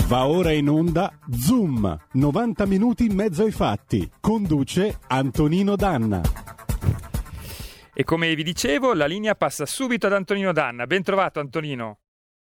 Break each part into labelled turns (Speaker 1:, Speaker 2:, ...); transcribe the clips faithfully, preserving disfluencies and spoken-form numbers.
Speaker 1: Va ora in onda Zoom, novanta minuti in mezzo ai fatti. Conduce Antonino Danna.
Speaker 2: E come vi dicevo, la linea passa subito ad Antonino Danna. Ben trovato, Antonino.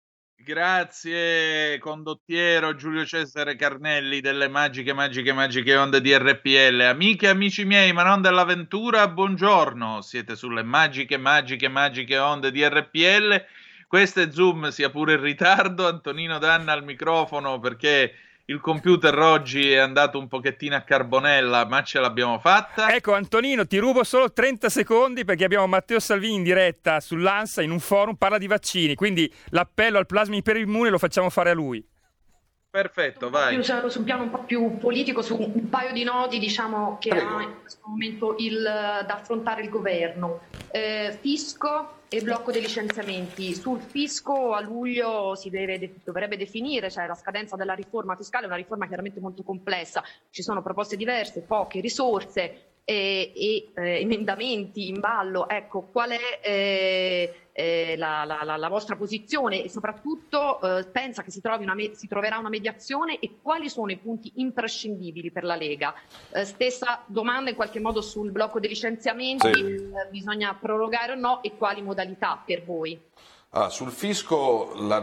Speaker 3: Grazie condottiero Giulio Cesare Carnelli delle magiche, magiche, magiche onde di R P L. Amiche e amici miei, ma non dell'avventura, buongiorno. Siete sulle magiche, magiche, magiche onde di R P L. Questo è Zoom, sia pure in ritardo. Antonino Danna al microfono perché il computer oggi è andato un pochettino a carbonella, ma ce l'abbiamo fatta.
Speaker 2: Ecco, Antonino, ti rubo solo trenta secondi perché abbiamo Matteo Salvini in diretta sull'ANSA in un forum, parla di vaccini, quindi l'appello al plasma iperimmune lo facciamo fare a lui.
Speaker 3: Perfetto, vai.
Speaker 4: Su un piano un po' più politico, su un paio di nodi, diciamo, che Prego. ha in questo momento il, da affrontare il governo. Eh, fisco e blocco dei licenziamenti. Sul fisco a luglio si deve, dovrebbe definire, cioè la scadenza della riforma fiscale, una riforma chiaramente molto complessa, ci sono proposte diverse, poche risorse e, e eh, emendamenti in ballo. Ecco, qual è eh, eh, la, la, la vostra posizione e soprattutto eh, pensa che si, trovi una me- si troverà una mediazione e quali sono i punti imprescindibili per la Lega? Eh, stessa domanda in qualche modo sul blocco dei licenziamenti, sì. eh, bisogna prorogare o no e quali modalità per voi?
Speaker 5: Ah, sul fisco la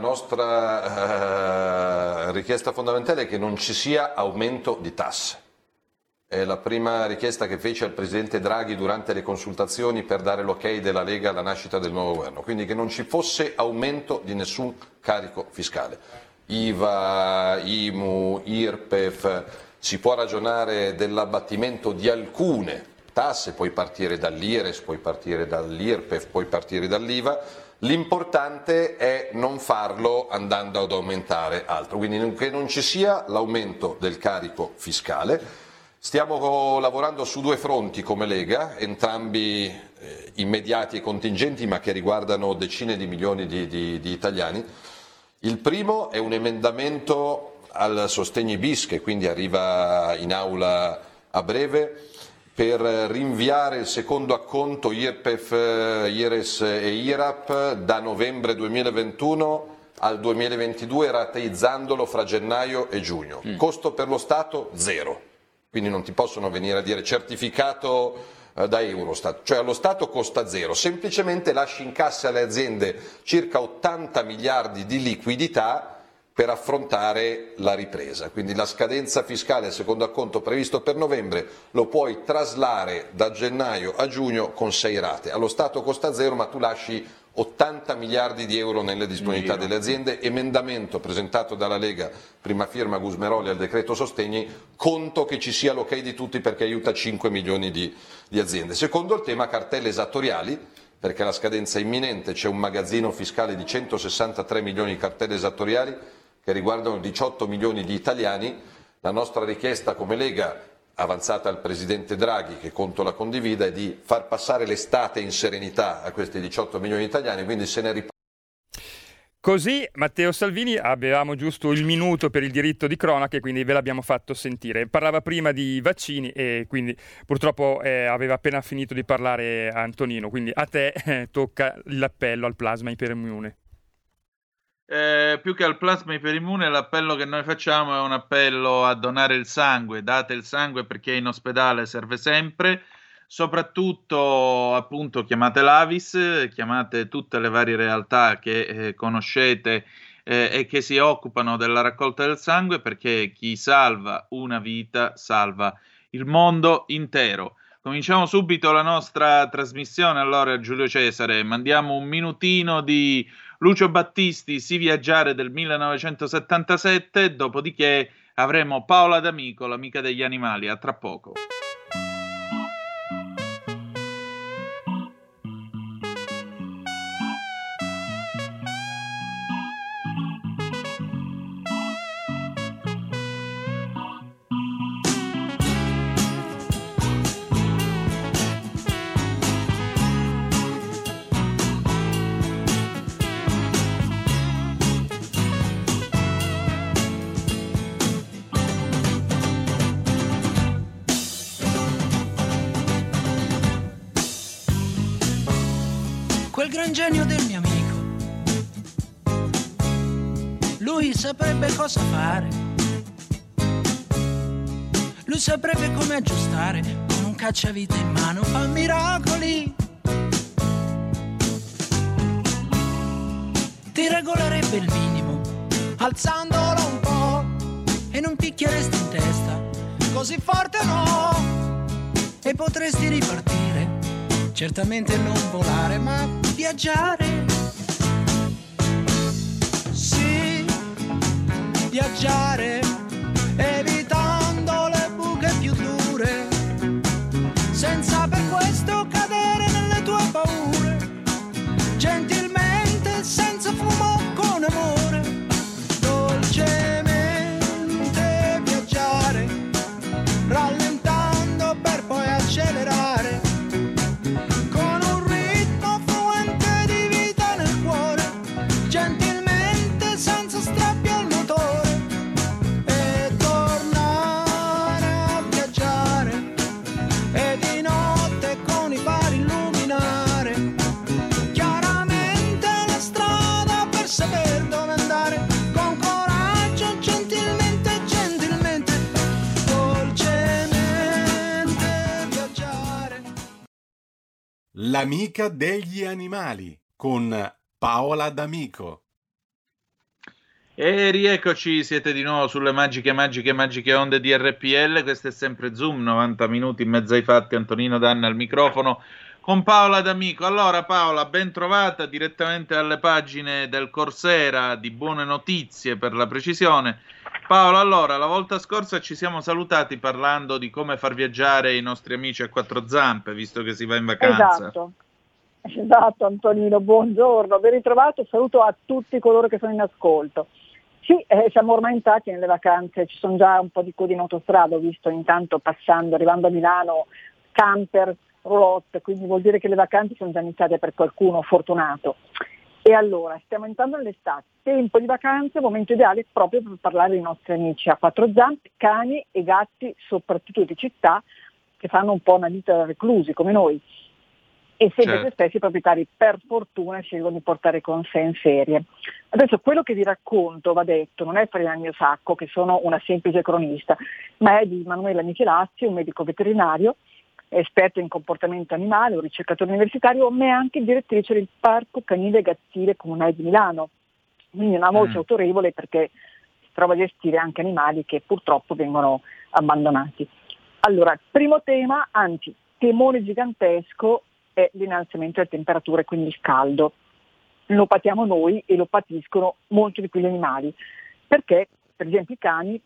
Speaker 5: nostra eh, richiesta fondamentale è che non ci sia aumento di tasse. È la prima richiesta che fece al Presidente Draghi durante le consultazioni per dare l'ok della Lega alla nascita del nuovo governo, quindi che non ci fosse aumento di nessun carico fiscale. I V A, I M U, I R P E F, si può ragionare dell'abbattimento di alcune tasse, puoi partire dall'I R E S, puoi partire dall'I R P E F, puoi partire dall'I V A, l'importante è non farlo andando ad aumentare altro, quindi che non ci sia l'aumento del carico fiscale. Stiamo lavorando su due fronti come Lega, entrambi eh, immediati e contingenti, ma che riguardano decine di milioni di, di, di italiani. Il primo è un emendamento al sostegni bis, che quindi arriva in aula a breve, per rinviare il secondo acconto I R P E F, I R E S e I R A P da novembre duemilaventuno al duemilaventidue, rateizzandolo fra gennaio e giugno. Mm. Costo per lo Stato zero. Quindi non ti possono venire a dire certificato eh, da Eurostat, cioè allo Stato costa zero, semplicemente lasci in cassa alle aziende circa ottanta miliardi di liquidità per affrontare la ripresa, quindi la scadenza fiscale, secondo acconto previsto per novembre, lo puoi traslare da gennaio a giugno con sei rate, allo Stato costa zero ma tu lasci ottanta miliardi di euro nelle disponibilità delle aziende, emendamento presentato dalla Lega, prima firma Gusmeroli al decreto sostegni, conto che ci sia l'ok di tutti perché aiuta cinque milioni di, di aziende. Secondo il tema cartelle esattoriali, perché la scadenza è imminente, c'è un magazzino fiscale di centosessantatré milioni di cartelle esattoriali che riguardano diciotto milioni di italiani, la nostra richiesta come Lega avanzata al Presidente Draghi, che conto la condivida, è di far passare l'estate in serenità a questi diciotto milioni di italiani, quindi se ne riparla.
Speaker 2: Così Matteo Salvini, avevamo giusto il minuto per il diritto di cronaca e quindi ve l'abbiamo fatto sentire. Parlava prima di vaccini e quindi purtroppo eh, aveva appena finito di parlare Antonino, quindi a te eh, tocca l'appello al plasma iperimmune.
Speaker 3: Eh, più che al plasma iperimmune, l'appello che noi facciamo è un appello a donare il sangue. Date il sangue perché in ospedale serve sempre, soprattutto appunto chiamate l'A V I S, chiamate tutte le varie realtà che eh, conoscete eh, e che si occupano della raccolta del sangue, perché chi salva una vita salva il mondo intero. Cominciamo subito la nostra trasmissione. Allora, Giulio Cesare, mandiamo un minutino di Lucio Battisti, Si viaggiare del millenovecentosettantasette, dopodiché avremo Paola D'Amico, l'amica degli animali. A tra poco.
Speaker 6: Quel gran genio del mio amico, lui saprebbe cosa fare, lui saprebbe come aggiustare, con un cacciavite in mano fa miracoli. Ti regolerebbe il minimo, alzandolo un po', e non picchieresti in testa, così forte no, e potresti ripartire, certamente non volare, ma viaggiare. Sì, viaggiare, evitando le buche più dure, senza per questo cadere nelle tue paure, gentilmente, senza fumo, con amore, dolcemente viaggiare, rallentando per poi accelerare, con un ritmo fluente di vita nel cuore, gentilmente, senza strappi al motore, e tornare a viaggiare, e di notte con i fari illuminare chiaramente la strada per saper dove andare, con coraggio, gentilmente, gentilmente, dolcemente viaggiare.
Speaker 1: L'amica degli animali con Paola D'Amico.
Speaker 3: E rieccoci, siete di nuovo sulle magiche, magiche, magiche onde di R P L. Questo è sempre Zoom, novanta minuti in mezzo ai fatti. Antonino Danna al microfono con Paola D'Amico. Allora Paola, ben trovata direttamente alle pagine del Corsera di Buone Notizie, per la precisione. Paola, allora, la volta scorsa ci siamo salutati parlando di come far viaggiare i nostri amici a quattro zampe, visto che si va in vacanza.
Speaker 7: Esatto, esatto Antonino, buongiorno, ben ritrovato, saluto a tutti coloro che sono in ascolto. Sì, eh, siamo ormai entrati nelle vacanze, ci sono già un po' di code in autostrada, ho visto intanto passando, arrivando a Milano, camper, roulotte, quindi vuol dire che le vacanze sono già iniziate per qualcuno fortunato. E allora, stiamo entrando nell'estate, tempo di vacanze, momento ideale proprio per parlare dei nostri amici a quattro zampe, cani e gatti, soprattutto di città, che fanno un po' una vita da reclusi come noi. E sempre
Speaker 3: Certo.
Speaker 7: più spesso i proprietari, per fortuna, scelgono di portare con sé in ferie. Adesso quello che vi racconto, va detto, non è farina al mio sacco, che sono una semplice cronista, ma è di Manuela Michelazzi, un medico veterinario, esperto in comportamento animale, un ricercatore universitario, ma è anche direttrice del Parco Canile e Gattile Comunale di Milano. Quindi una voce
Speaker 3: Mm.
Speaker 7: autorevole, perché si trova a gestire anche animali che purtroppo vengono abbandonati. Allora, primo tema, anzi, temore gigantesco, è l'innalzamento delle temperature, quindi il caldo. Lo patiamo noi e lo patiscono molto di più gli animali, perché per esempio i cani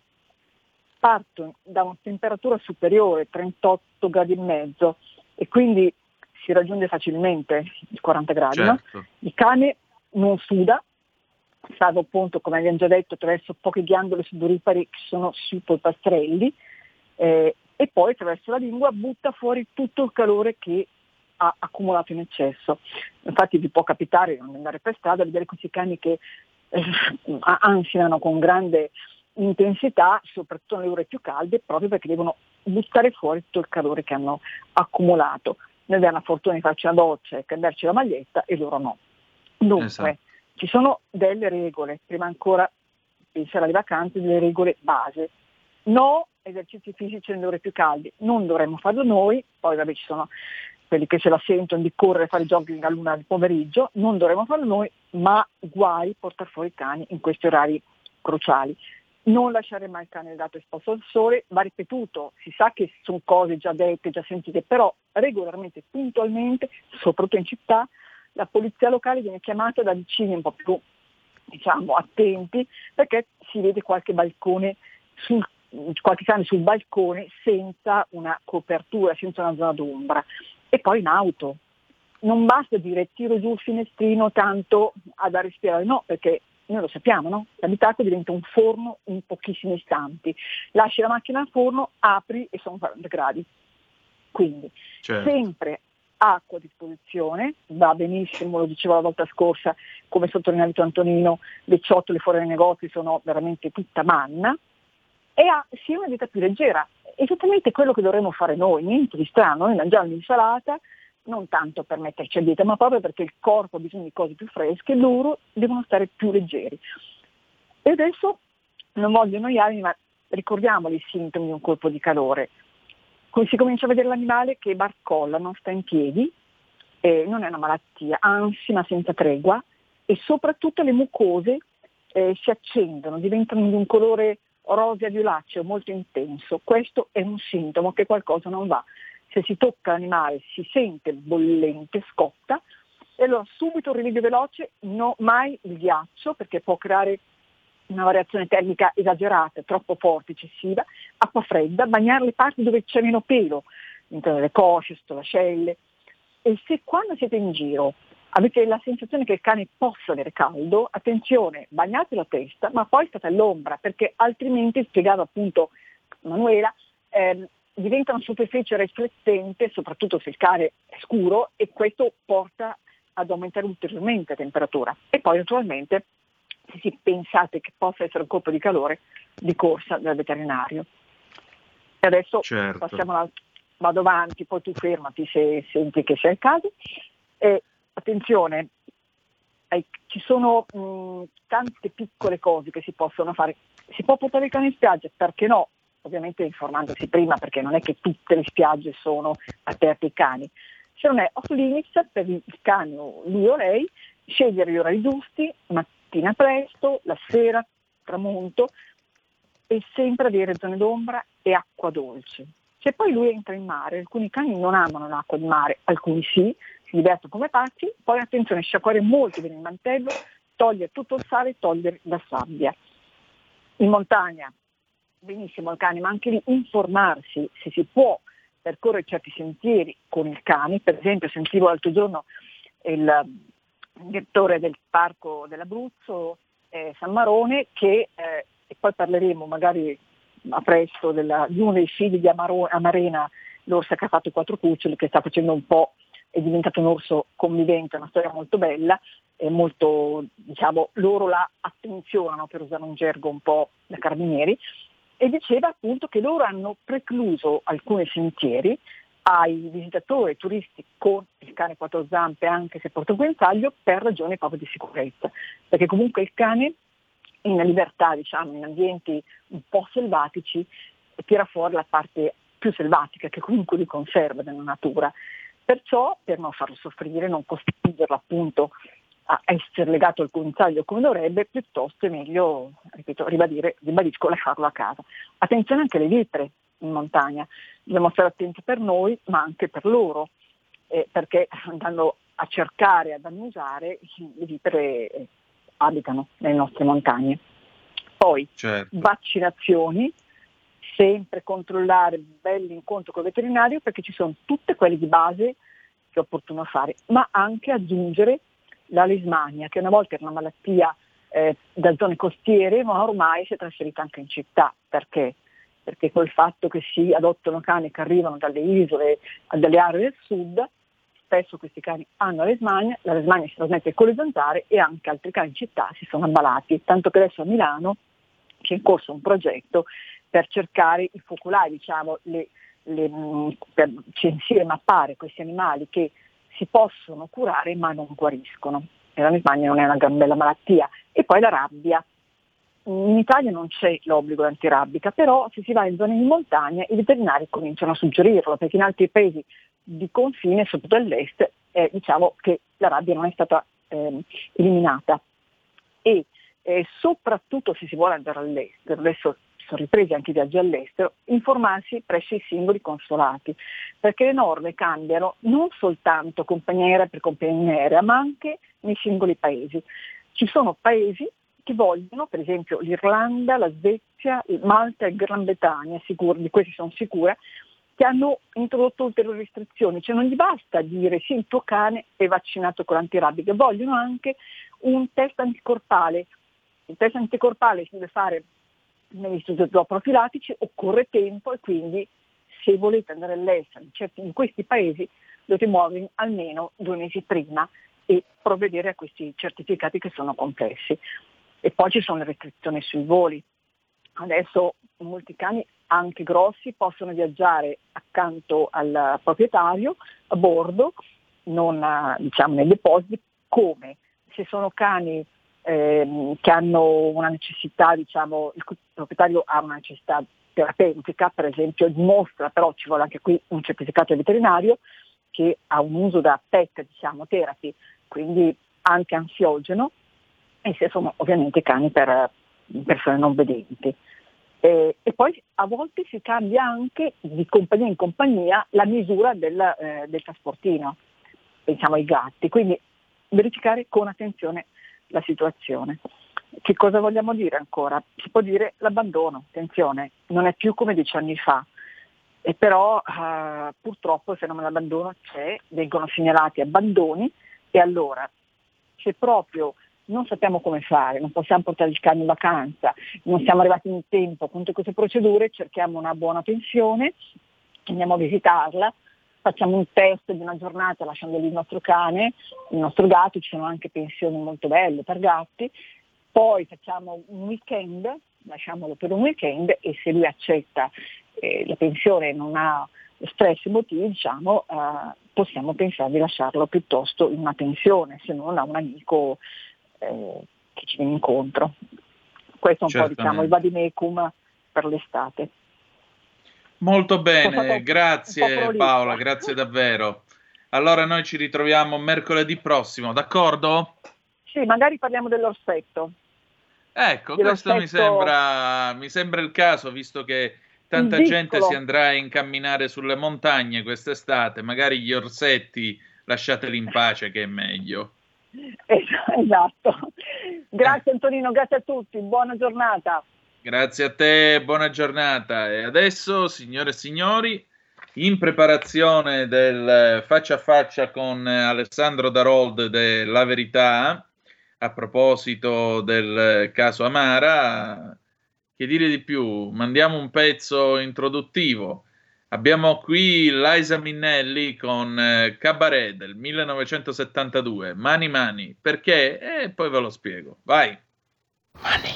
Speaker 7: partono da una temperatura superiore, trentotto gradi e mezzo, e quindi si raggiunge facilmente i quaranta gradi. No?
Speaker 3: Certo.
Speaker 7: Il cane non suda, salvo appunto, come abbiamo già detto, attraverso poche ghiandole sudoripari che sono sui polpastrelli, eh, e poi attraverso la lingua butta fuori tutto il calore che ha accumulato in eccesso. Infatti vi può capitare di andare per strada a vedere questi cani che eh, ansiano con grande intensità, soprattutto nelle ore più calde, proprio perché devono buttare fuori tutto il calore che hanno accumulato. Noi abbiamo la fortuna di farci una doccia e cambiarci la maglietta, e loro no. Dunque,
Speaker 3: Esatto.
Speaker 7: ci sono delle regole, prima ancora di pensare alle vacanze, delle regole base. No esercizi fisici nelle ore più calde, non dovremmo farlo noi, poi vabbè ci sono quelli che se la sentono di correre, fare jogging a luna del pomeriggio, non dovremmo farlo noi, ma guai portare fuori i cani in questi orari cruciali. Non lasciare mai il cane dato esposto al sole, va ripetuto, si sa che sono cose già dette, già sentite, però regolarmente, puntualmente, soprattutto in città, la polizia locale viene chiamata da vicini un po' più, diciamo, attenti, perché si vede qualche balcone sul qualche cane sul balcone senza una copertura, senza una zona d'ombra. E poi in auto. Non basta dire tiro giù il finestrino tanto a dare respirare, no, perché noi lo sappiamo, no? L'abitacolo diventa un forno in pochissimi istanti. Lasci la macchina al forno, apri e sono quaranta gradi. Quindi
Speaker 3: Certo.
Speaker 7: sempre acqua a disposizione, va benissimo, lo dicevo la volta scorsa, come sottolineavi tu Antonino, le ciotole fuori dai negozi sono veramente tutta manna, e ha sia una dieta più leggera, esattamente quello che dovremmo fare noi, niente di strano. Noi mangiamo l'insalata non tanto per metterci a dieta, ma proprio perché il corpo ha bisogno di cose più fresche, loro devono stare più leggeri. E adesso non voglio annoiarmi, ma ricordiamoli i sintomi di un colpo di calore. Come si comincia a vedere l'animale che barcolla, non sta in piedi, eh, non è una malattia, anzi ma senza tregua, e soprattutto le mucose eh, si accendono, diventano di un colore rosea violaceo molto intenso. Questo è un sintomo che qualcosa non va. Se si tocca l'animale si sente bollente, scotta, e allora subito un rimedio veloce, no, mai il ghiaccio, perché può creare una variazione termica esagerata, troppo forte, eccessiva, acqua fredda, bagnare le parti dove c'è meno pelo, le cosce, sotto le ascelle. E se quando siete in giro avete la sensazione che il cane possa avere caldo, attenzione, bagnate la testa, ma poi state all'ombra, perché altrimenti, spiegava appunto Manuela, ehm, diventa una superficie riflettente, soprattutto se il cane è scuro, e questo porta ad aumentare ulteriormente la temperatura. E poi naturalmente, se si pensate che possa essere un colpo di calore, di corsa dal veterinario. E adesso certo. passiamo al, vado avanti, poi tu fermati se senti che sia il caso. E attenzione, eh, ci sono mh, tante piccole cose che si possono fare. Si può portare il cane in spiaggia, perché no? Ovviamente informandosi prima, perché non è che tutte le spiagge sono aperte ai cani. Se non è off limits per il cane o lui o lei, scegliere gli orari giusti, mattina presto, la sera, tramonto, e sempre avere zone d'ombra e acqua dolce. Se poi lui entra in mare, alcuni cani non amano l'acqua di mare, alcuni sì, si divertono come pazzi, poi attenzione, sciacquare molto bene il mantello, togliere tutto il sale, togliere la sabbia. In montagna, benissimo il cane, ma anche lì informarsi se si può percorrere certi sentieri con il cane. Per esempio sentivo l'altro giorno il direttore del parco dell'Abruzzo, eh, San Marone, che, eh, e poi parleremo magari a presto della, di uno dei figli di Amaro, Amarena, l'orsa che ha fatto i quattro cuccioli, che sta facendo un po', è diventato un orso convivente, una storia molto bella, e molto, diciamo, loro la attenzionano, per usare un gergo un po' da carabinieri, e diceva appunto che loro hanno precluso alcuni sentieri ai visitatori, ai turisti con il cane quattro zampe, anche se porta un guinzaglio, per ragioni proprio di sicurezza, perché comunque il cane in libertà, diciamo, in ambienti un po' selvatici, tira fuori la parte più selvatica che comunque li conserva nella natura. Perciò, per non farlo soffrire, non costringerlo appunto a essere legato al guinzaglio come dovrebbe, piuttosto è meglio, ripeto, ribadire, ribadisco, lasciarlo a casa. Attenzione anche alle vitre in montagna, dobbiamo stare attenti per noi ma anche per loro, eh, perché andando a cercare, ad annusare, le vitre eh, abitano nelle nostre montagne. Poi certo. Vaccinazioni, sempre controllare, bell'incontro con il veterinario, perché ci sono tutte quelle di base che è opportuno fare, ma anche aggiungere la leishmania, che una volta era una malattia eh, da zone costiere, ma ormai si è trasferita anche in città. Perché? Perché col fatto che si adottano cani che arrivano dalle isole, dalle aree del sud, spesso questi cani hanno la leishmania, la leishmania si trasmette con le zanzare e anche altri cani in città si sono ammalati, tanto che adesso a Milano c'è in corso un progetto per cercare i focolai, diciamo, le, le, per censire e mappare questi animali che si possono curare ma non guariscono. E la leishmania non è una gran bella malattia. E poi la rabbia. In Italia non c'è l'obbligo antirabbica, però se si va in zone di montagna i veterinari cominciano a suggerirlo, perché in altri paesi di confine, soprattutto all'est, eh, diciamo che la rabbia non è stata eh, eliminata. E eh, soprattutto se si vuole andare all'estero, adesso sono ripresi anche i viaggi all'estero, informarsi presso i singoli consolati, perché le norme cambiano non soltanto compagnia aerea per compagnia aerea, ma anche nei singoli paesi. Ci sono paesi che vogliono, per esempio l'Irlanda, la Svezia, Malta e Gran Bretagna, sicuro, di questi sono sicura, che hanno introdotto ulteriori restrizioni, cioè non gli basta dire sì, il tuo cane è vaccinato con l'antirabbica, vogliono anche un test anticorpale. Il test anticorpale si deve fare negli istituti zooprofilattici, occorre tempo, e quindi se volete andare all'estero in questi paesi dovete muovervi almeno due mesi prima e provvedere a questi certificati che sono complessi. E poi ci sono le restrizioni sui voli. Adesso molti cani, anche grossi, possono viaggiare accanto al proprietario a bordo, non diciamo nei depositi, come se sono cani ehm, che hanno una necessità, diciamo, il proprietario ha una necessità terapeutica, per esempio, dimostra, però ci vuole anche qui un certificato veterinario, che ha un uso da pet, diciamo, therapy, quindi anche ansiogeno, e se sono ovviamente cani per persone non vedenti. E, e poi a volte si cambia anche di compagnia in compagnia la misura del, eh, del trasportino, pensiamo ai gatti, quindi verificare con attenzione la situazione. Che cosa vogliamo dire ancora? Si può dire l'abbandono, attenzione, non è più come dieci anni fa, e però eh, purtroppo il fenomeno dell'abbandono c'è, vengono segnalati abbandoni, e allora se proprio non sappiamo come fare, non possiamo portare il cane in vacanza, non siamo arrivati in tempo con tutte queste procedure, cerchiamo una buona pensione, andiamo a visitarla, facciamo un test di una giornata lasciando lì il nostro cane, il nostro gatto, ci sono anche pensioni molto belle per gatti, poi facciamo un weekend, lasciamolo per un weekend, e se lui accetta eh, la pensione e non ha stress emotivi, diciamo, eh, possiamo pensare di lasciarlo piuttosto in una pensione, se non a un amico eh, che ci viene incontro. Questo è un Certamente. po', diciamo, il vadimecum per l'estate.
Speaker 3: Molto bene, grazie Paola, grazie davvero. Allora noi ci ritroviamo mercoledì prossimo, d'accordo?
Speaker 7: Sì, magari parliamo dell'orsetto.
Speaker 3: Ecco, questo mi sembra, mi sembra il caso, visto che tanta gente si andrà a incamminare sulle montagne quest'estate, magari gli orsetti lasciateli in pace, che è meglio.
Speaker 7: Esatto. Grazie Antonino, grazie a tutti, buona giornata.
Speaker 3: Grazie a te, buona giornata. E adesso, signore e signori, in preparazione del faccia a faccia con Alessandro Darold della Verità, a proposito del caso Amara, che dire di più? Mandiamo un pezzo introduttivo. Abbiamo qui Liza Minnelli con Cabaret del millenovecentosettantadue, Mani Mani, perché? E poi ve lo spiego. Vai!
Speaker 8: Money.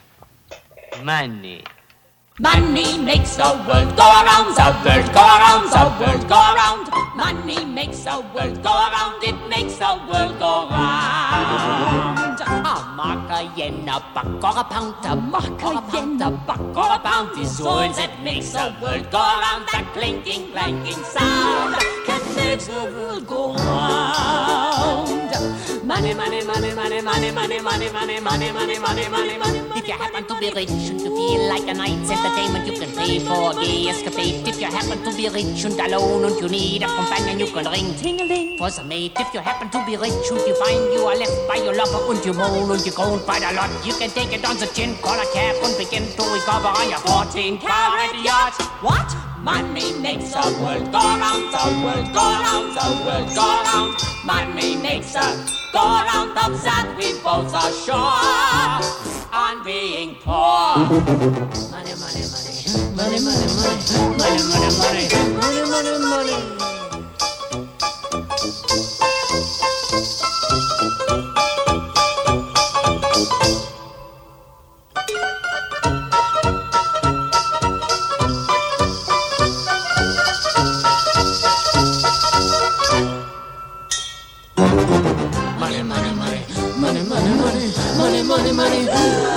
Speaker 8: Money. Money makes the world go around, the world go around, the world go around. Money makes the world go around, it makes the world go round. A mark, a yen, a buck, or a pound, a mark, a yen, a buck, or a pound is all that makes the world go around. That clinking, clanking sound that makes the world go round. Money, money, money, money, money, money, money, money, money, money, money, money, money. If you happen to be rich and to feel like a night's entertainment, you can pay for a gay escapade. If you happen to be rich and alone and you need a companion, you can ring ting-a-ling for some mate. If you happen to be rich and you find you are left by your lover and you moan and you groan quite a lot, you can take it on the chin, call a cab and begin to recover on your fourteen carat yacht. What? Money makes the world go round, the world go round, the world go round. Money makes the go round of that we both are sure on being poor. Money, money, money, money, money, money, money, money, money, money, money, money. Money, money, money.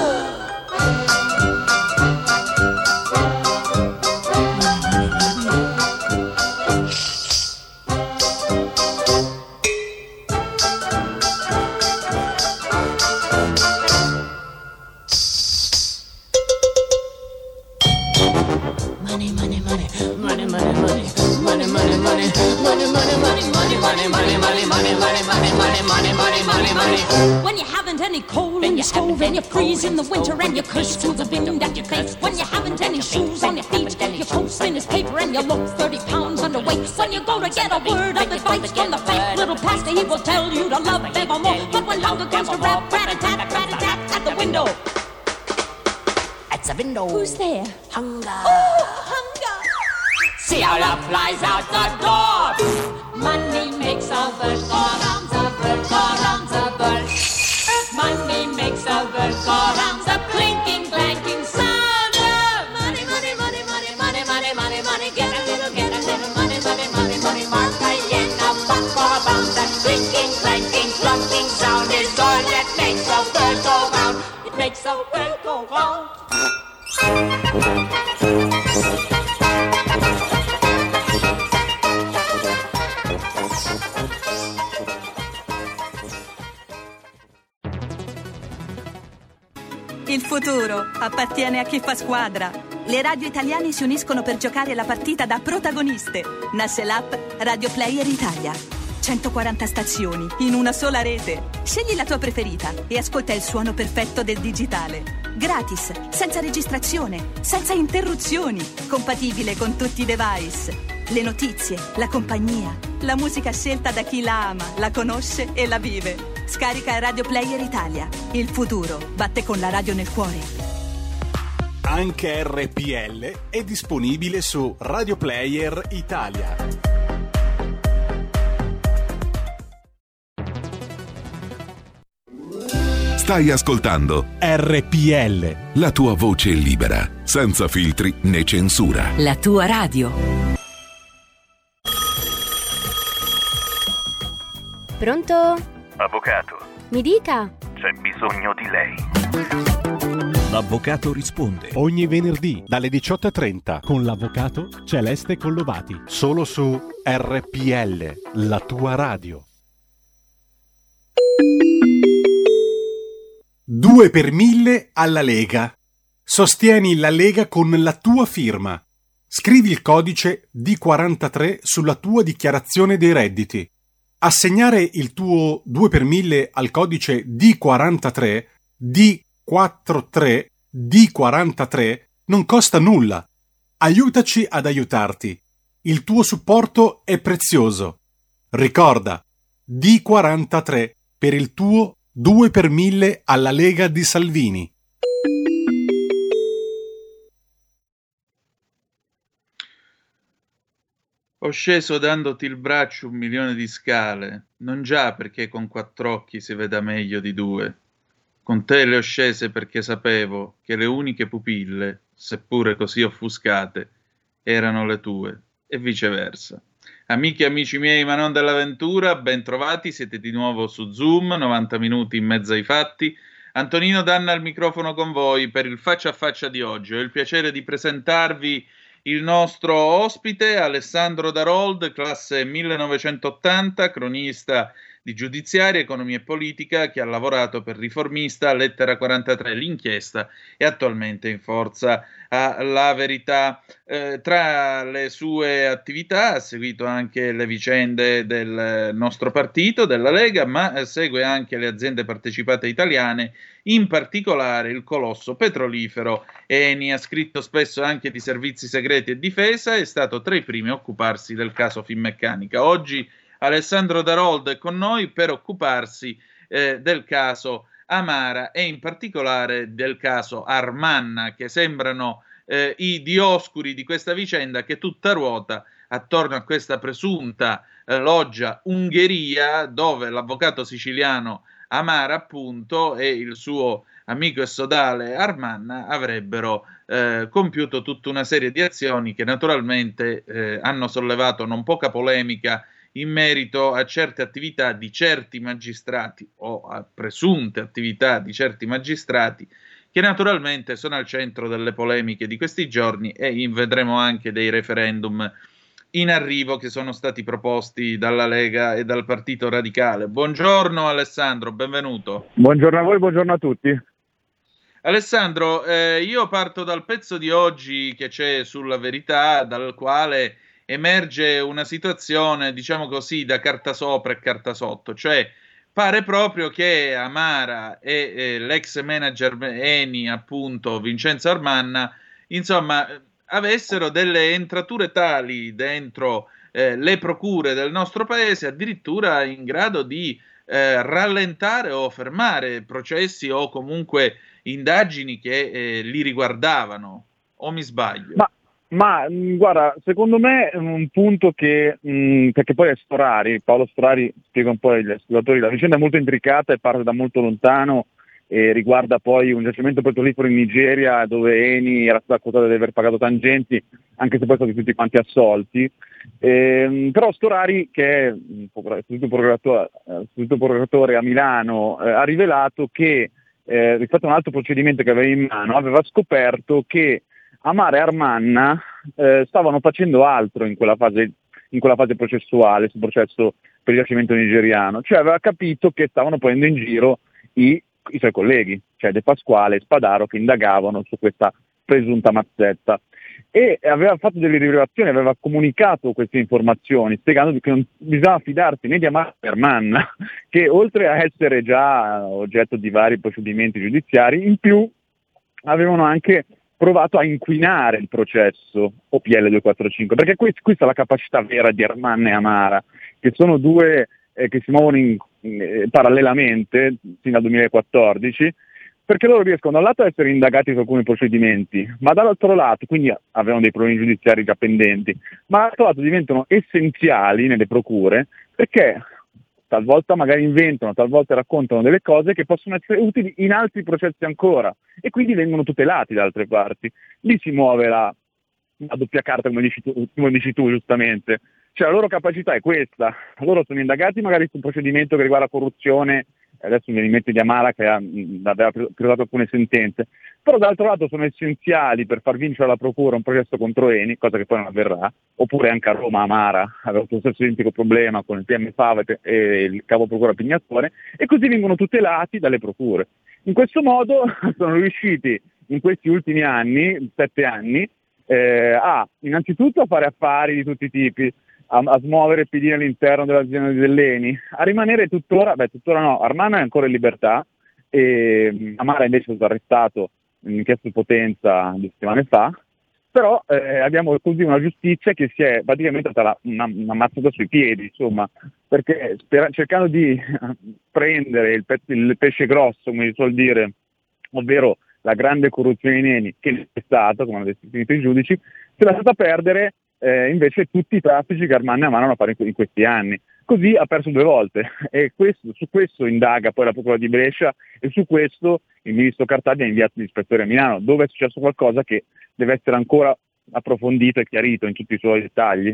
Speaker 8: When you haven't any coal in your stove and you freeze in the winter and you curse to the wind at your face. When you haven't any shoes on your feet, you post in his paper and you look thirty pounds underweight. When you go to get a word of advice from the fat little pastor, he will tell you to love evermore. But when hunger comes to rap, rat-a-tat, rat-a-tat at the window. At the window. Who's there? Hunger. Oh, hunger. See how love flies out the door. Money makes a bird go round, the bird go round, the bird. Money makes the world go round, the clinking, clanking sound of money, money, money, money, money, money, money, money. Get a little, get a little money, money, money, money. Mark a yen, a buck or a pound. That clinking, clanking, clunking sound is all that makes the world makes the world go round.
Speaker 9: Il futuro appartiene a chi fa squadra. Le radio italiane si uniscono per giocare la partita da protagoniste. Nasce l'app Radio Player Italia. centoquaranta stazioni in una sola rete. Scegli la tua preferita e ascolta il suono perfetto del digitale. Gratis, senza registrazione, senza interruzioni. Compatibile con tutti i device. Le notizie, la compagnia, la musica scelta da chi la ama, la conosce e la vive. Scarica Radio Player Italia. Il futuro batte con la radio nel cuore.
Speaker 1: Anche R P L è disponibile su Radio Player Italia.
Speaker 10: Stai ascoltando
Speaker 1: R P L,
Speaker 10: la tua voce libera, senza filtri né censura.
Speaker 9: La tua radio.
Speaker 11: Pronto?
Speaker 12: Avvocato.
Speaker 11: Mi dica.
Speaker 12: C'è bisogno di lei.
Speaker 1: L'avvocato risponde ogni venerdì dalle diciotto e trenta con l'avvocato Celeste Collovati, solo su R P L, la tua radio. due per mille alla Lega. Sostieni la Lega con la tua firma. Scrivi il codice D quarantatré sulla tua dichiarazione dei redditi. Assegnare il tuo due per mille al codice D quarantatré, D quarantatré, D quarantatré non costa nulla. Aiutaci ad aiutarti. Il tuo supporto è prezioso. Ricorda, D quarantatré per il tuo due per mille alla Lega di Salvini.
Speaker 3: Ho sceso dandoti il braccio un milione di scale, non già perché con quattro occhi si veda meglio di due. Con te le ho scese perché sapevo che le uniche pupille, seppure così offuscate, erano le tue, e viceversa. Amiche e amici miei, ma non dell'avventura, ben trovati, siete di nuovo su Zoom, novanta minuti in mezzo ai fatti. Antonino Danna al microfono con voi per il faccia a faccia di oggi. Ho il piacere di presentarvi il nostro ospite, Alessandro Darold, classe millenovecentottanta, cronista di giudiziaria, economia e politica, che ha lavorato per Riformista, Lettera quarantatré, L'Inchiesta e attualmente in Forza alla Verità. Eh, tra le sue attività ha seguito anche le vicende del nostro partito, della Lega, ma segue anche le aziende partecipate italiane, in particolare il colosso petrolifero Eni. Ha scritto spesso anche di servizi segreti e difesa, è stato tra i primi a occuparsi del caso Finmeccanica. Oggi Alessandro Darold è con noi per occuparsi eh, del caso Amara e in particolare del caso Armanna, che sembrano eh, i dioscuri di questa vicenda, che tutta ruota attorno a questa presunta eh, loggia Ungheria, dove l'avvocato siciliano Amara, appunto, e il suo amico e sodale Armanna avrebbero eh, compiuto tutta una serie di azioni che naturalmente eh, hanno sollevato non poca polemica in merito a certe attività di certi magistrati o a presunte attività di certi magistrati, che naturalmente sono al centro delle polemiche di questi giorni, e vedremo anche dei referendum in arrivo che sono stati proposti dalla Lega e dal Partito Radicale. Buongiorno Alessandro, benvenuto.
Speaker 13: Buongiorno a voi, buongiorno a tutti.
Speaker 3: Alessandro, eh, io parto dal pezzo di oggi che c'è sulla Verità, dal quale emerge una situazione, diciamo così, da carta sopra e carta sotto, cioè pare proprio che Amara e eh, l'ex manager Eni, appunto Vincenzo Armanna, insomma, avessero delle entrature tali dentro eh, le procure del nostro paese, addirittura in grado di eh, rallentare o fermare processi o comunque indagini che eh, li riguardavano, o mi sbaglio?
Speaker 13: Ma, ma mh, guarda, secondo me è un punto che, mh, perché poi è Storari, Paolo Storari spiega un po' agli ascoltatori, la vicenda è molto intricata e parte da molto lontano, e riguarda poi un giacimento petrolifero in Nigeria dove Eni era stata accusata di aver pagato tangenti, anche se poi sono stati tutti quanti assolti. Eh, però Storari, che è istituto procuratore, istituto procuratore a Milano, eh, ha rivelato che eh, rispetto a un altro procedimento che aveva in mano, aveva scoperto che Amara e Armanna eh, stavano facendo altro in quella fase, in quella fase processuale, sul processo per il giacimento nigeriano, cioè aveva capito che stavano prendendo in giro i, i suoi colleghi, cioè De Pasquale e Spadaro, che indagavano su questa presunta mazzetta. E aveva fatto delle rivelazioni, aveva comunicato queste informazioni, spiegando che non bisognava fidarsi né di Amara né di Armanna, che oltre a essere già oggetto di vari procedimenti giudiziari, in più avevano anche provato a inquinare il processo O P L duecentoquarantacinque, perché questa, questa è la capacità vera di Armanna e Amara, che sono due eh, che si muovono in, eh, parallelamente fino al duemilaquattordici, perché loro riescono da un lato a essere indagati su alcuni procedimenti, ma dall'altro lato, quindi avevano dei problemi giudiziari già pendenti, ma dall'altro lato diventano essenziali nelle procure, perché talvolta magari inventano, talvolta raccontano delle cose che possono essere utili in altri processi ancora, e quindi vengono tutelati da altre parti. Lì si muove la, la doppia carta, come dici, tu, come dici tu giustamente. Cioè la loro capacità è questa, loro sono indagati magari su un procedimento che riguarda corruzione, adesso mi viene in mente di Amara che ha, aveva preso alcune sentenze, però dall'altro lato sono essenziali per far vincere alla procura un processo contro Eni, cosa che poi non avverrà, oppure anche a Roma Amara aveva avuto lo stesso identico problema con il P M Fava e il capo procura Pignatone, e così vengono tutelati dalle procure. In questo modo sono riusciti in questi ultimi anni, sette anni, eh, a innanzitutto a fare affari di tutti i tipi, A, a smuovere pedine all'interno dell'azienda dell'Eni, a rimanere tuttora, beh tuttora no, Armanna è ancora in libertà, e Amara invece è stato arrestato in inchiesta di Potenza di settimane fa, però eh, abbiamo così una giustizia che si è praticamente stata una, una mazzata sui piedi, insomma, perché spera, cercando di prendere il, pe- il pesce grosso, come si suol dire, ovvero la grande corruzione in Eni, che è stata, come hanno definito i giudici, si è lasciata perdere Eh, invece tutti i traffici che Armanna e Amara hanno fatto in, in questi anni. Così ha perso due volte, e questo, su questo indaga poi la Procura di Brescia, e su questo il ministro Cartabia ha inviato gli ispettori a Milano, dove è successo qualcosa che deve essere ancora approfondito e chiarito in tutti i suoi dettagli.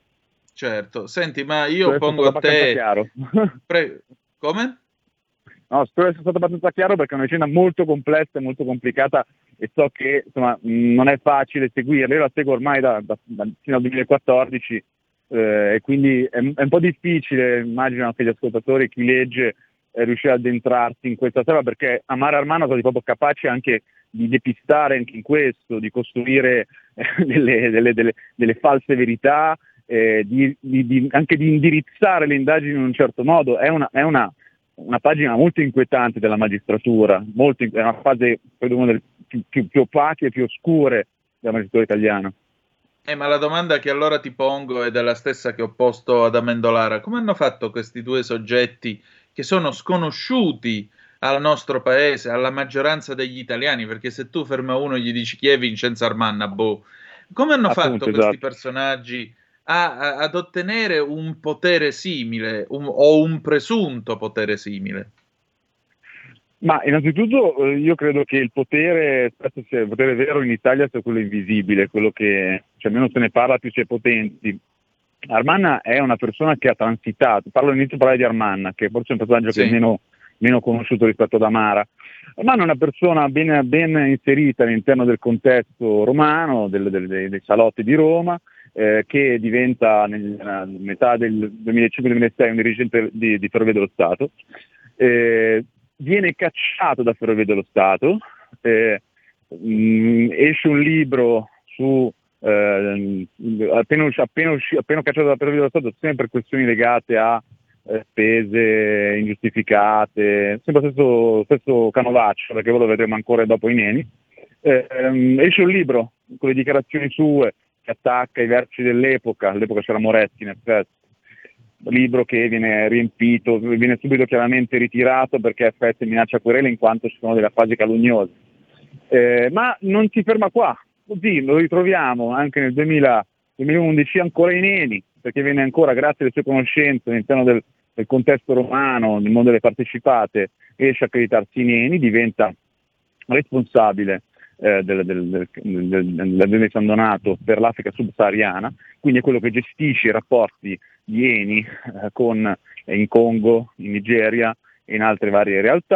Speaker 3: Certo, senti, ma io
Speaker 13: Questo
Speaker 3: pongo a te...
Speaker 13: Chiaro.
Speaker 3: Pre... Come?
Speaker 13: No, spero sia stato abbastanza chiaro, perché è una vicenda molto complessa e molto complicata, e so che insomma non è facile seguirla. Io la seguo ormai da, da, da, fino al duemilaquattordici, eh, e quindi è, è un po' difficile, immagino che gli ascoltatori, chi legge, eh, riuscire ad addentrarsi in questa storia, perché Amara e Armanna sono proprio capaci anche di depistare anche in questo, di costruire eh, delle, delle, delle, delle false verità, eh, di, di, di, anche di indirizzare le indagini in un certo modo. È una, è una una pagina molto inquietante della magistratura, molto, è una fase, credo, una delle più, più, più opache e più oscure della magistratura italiana.
Speaker 3: Eh, ma la domanda che allora ti pongo è della stessa che ho posto ad Amendolara: come hanno fatto questi due soggetti che sono sconosciuti al nostro paese, alla maggioranza degli italiani, perché se tu ferma uno e gli dici chi è Vincenzo Armanna, boh, come hanno Appunto, fatto questi esatto. personaggi A, a, ad ottenere un potere simile, un, o un presunto potere simile?
Speaker 13: Ma innanzitutto eh, io credo che il potere, spesso sia il potere vero in Italia sia quello invisibile, quello che cioè, meno se ne parla più si è potenti. Armanna è una persona che ha transitato, parlo all'inizio parlare di Armanna, che forse è un personaggio sì. che è meno, meno conosciuto rispetto ad Amara. Armanna è una persona ben, ben inserita all'interno del contesto romano, del, del, dei, dei salotti di Roma, Eh, che diventa nella metà del duemilacinque duemilasei un dirigente di, di Ferrovie dello Stato, eh, viene cacciato da Ferrovie dello Stato, eh, mh, esce un libro su eh, appena, appena, usci, appena cacciato da Ferrovie dello Stato, sempre questioni legate a eh, spese ingiustificate, sempre stesso, stesso canovaccio, perché voi lo vedremo ancora dopo in Eni. Eh, ehm, esce un libro con le dichiarazioni sue, attacca i vertici dell'epoca, all'epoca c'era Moretti in effetti, libro che viene riempito, viene subito chiaramente ritirato perché effettua minaccia querela in quanto ci sono delle fasi calunniose. Eh, ma non si ferma qua, così lo ritroviamo anche nel duemila, duemilaundici ancora in Eni, perché viene ancora, grazie alle sue conoscenze all'interno del, del contesto romano, nel mondo delle partecipate, riesce a accreditarsi in Eni, diventa responsabile Eh, del, del, del, del, dell'azienda di San Donato per l'Africa subsahariana, quindi è quello che gestisce i rapporti di Eni eh, con, eh, in Congo, in Nigeria e in altre varie realtà.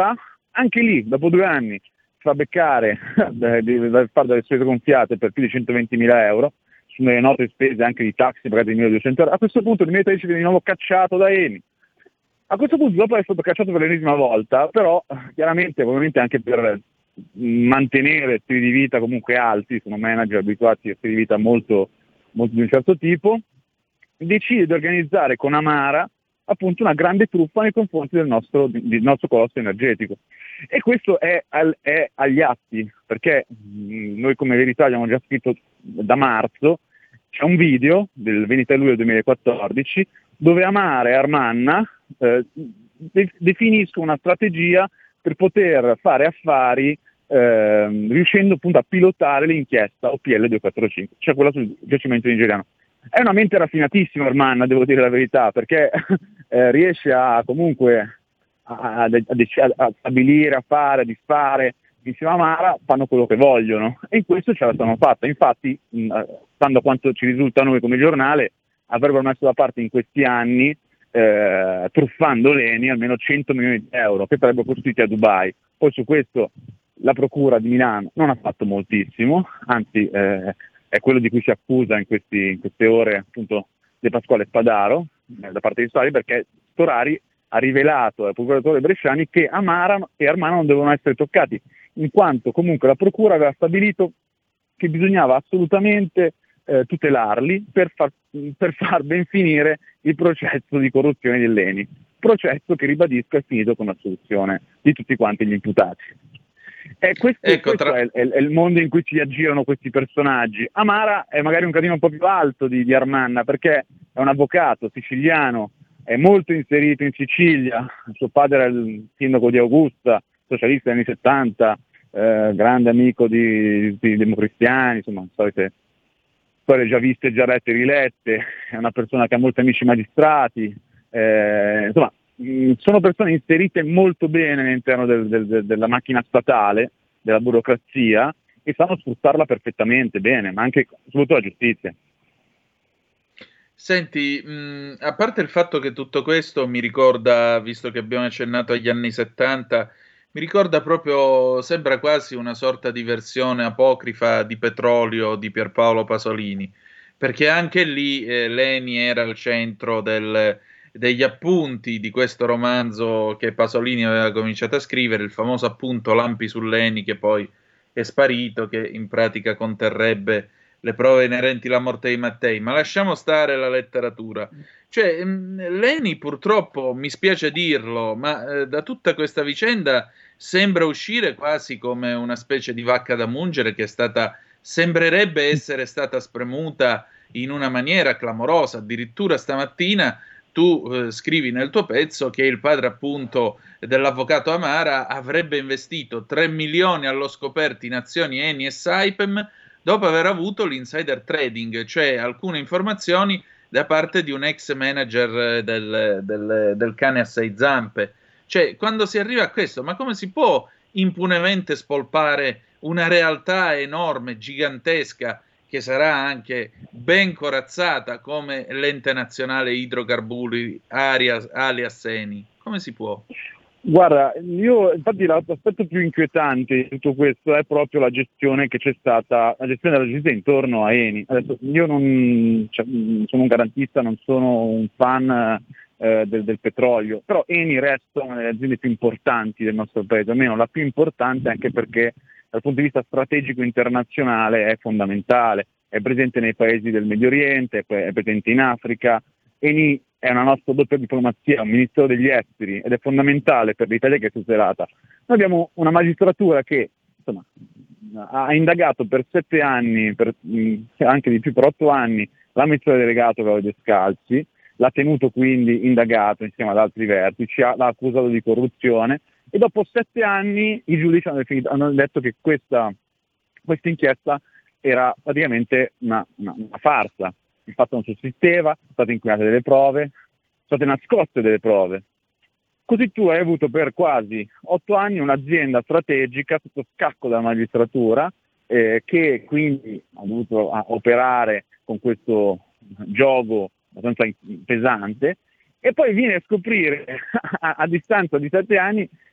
Speaker 13: Anche lì, dopo due anni, fa beccare di fare delle spese gonfiate per più di centoventimila euro, sulle note spese anche di taxi pagate di milleduecento euro. A questo punto il duemilatredici viene di nuovo cacciato da Eni. A questo punto, dopo essere stato cacciato per l'ennesima volta, però chiaramente ovviamente anche per mantenere stili di vita comunque alti, sono manager abituati a stili di vita molto, molto di un certo tipo, decide di organizzare con Amara appunto una grande truffa nei confronti del nostro, del nostro colosso energetico. E questo è, al, è agli atti, perché mh, noi come Verità abbiamo già scritto da marzo, c'è un video del ventitré luglio duemilaquattordici dove Amara e Armanna eh, de- definiscono una strategia per poter fare affari eh, riuscendo appunto a pilotare l'inchiesta O P L duecentoquarantacinque, cioè quella sul giacimento nigeriano. È una mente raffinatissima Armanna, devo dire la verità, perché eh, riesce a comunque a, a, a, a stabilire, a fare, a disfare, insieme a Amara fanno quello che vogliono, e in questo ce la sono fatta. Infatti, mh, stando a quanto ci risulta a noi come giornale, avrebbero messo da parte in questi anni, eh, truffando l'Eni, almeno cento milioni di euro, che sarebbero costruiti a Dubai. Poi su questo la Procura di Milano non ha fatto moltissimo, anzi eh, è quello di cui si accusa in, questi, in queste ore appunto De Pasquale Spadaro, eh, da parte di Storari, perché Storari ha rivelato ai procuratori bresciani che Amara e Armanna non devono essere toccati, in quanto comunque la Procura aveva stabilito che bisognava assolutamente eh, tutelarli per far, per far ben finire il processo di corruzione dell'Eni, processo che, ribadisco, è finito con l'assoluzione di tutti quanti gli imputati. E questo,
Speaker 3: ecco,
Speaker 13: questo
Speaker 3: tra...
Speaker 13: è, è, è il mondo in cui si aggirano questi personaggi. Amara è magari un gradino un po' più alto di, di Armanna, perché è un avvocato siciliano, è molto inserito in Sicilia, suo padre era il sindaco di Augusta, socialista negli anni settanta, eh, grande amico di, di democristiani, insomma, solite storie già viste, già lette e rilette, è una persona che ha molti amici magistrati, eh, insomma, mh, sono persone inserite molto bene all'interno del, del, del, della macchina statale, della burocrazia, e sanno sfruttarla perfettamente bene, ma anche soprattutto la giustizia.
Speaker 3: Senti, mh, a parte il fatto che tutto questo mi ricorda, visto che abbiamo accennato agli anni settanta, mi ricorda proprio, sembra quasi una sorta di versione apocrifa di Petrolio di Pierpaolo Pasolini, perché anche lì eh, l'Eni era al centro del, degli appunti di questo romanzo che Pasolini aveva cominciato a scrivere, il famoso appunto Lampi sull'Eni, che poi è sparito, che in pratica conterrebbe le prove inerenti alla morte di Mattei. Ma lasciamo stare la letteratura. Cioè, l'Eni purtroppo, mi spiace dirlo, ma eh, da tutta questa vicenda sembra uscire quasi come una specie di vacca da mungere che è stata, sembrerebbe essere stata spremuta in una maniera clamorosa. Addirittura stamattina tu eh, scrivi nel tuo pezzo che il padre appunto dell'avvocato Amara avrebbe investito tre milioni allo scoperto in azioni Eni e Saipem dopo aver avuto l'insider trading, cioè alcune informazioni da parte di un ex manager del, del, del cane a sei zampe. Cioè, quando si arriva a questo, ma come si può impunemente spolpare una realtà enorme, gigantesca, che sarà anche ben corazzata come l'ente nazionale idrocarburi alias, alias Eni? Come si può?
Speaker 13: Guarda, io infatti l'aspetto più inquietante di tutto questo è proprio la gestione che c'è stata, la gestione della giustizia intorno a Eni. Adesso io non cioè, sono un garantista, non sono un fan eh, del, del petrolio, però Eni resta una delle aziende più importanti del nostro paese, almeno la più importante, anche perché dal punto di vista strategico internazionale è fondamentale, è presente nei paesi del Medio Oriente, è presente in Africa. Eni è una nostra doppia diplomazia, un ministero degli esteri, ed è fondamentale per l'Italia che è tutelata. Noi abbiamo una magistratura che insomma, ha indagato per sette anni, per, anche di più, per otto anni, l'amministratore delegato Claudio Descalzi, l'ha tenuto quindi indagato insieme ad altri vertici, l'ha accusato di corruzione, e dopo sette anni i giudici hanno, definito, hanno detto che questa, questa inchiesta era praticamente una, una, una farsa. Il fatto non sussisteva, sono state inquinate delle prove, sono state nascoste delle prove. Così tu hai avuto per quasi otto anni un'azienda strategica sotto scacco della magistratura, eh, che quindi ha dovuto operare con questo gioco abbastanza pesante, e poi viene a scoprire a, a distanza di sette anni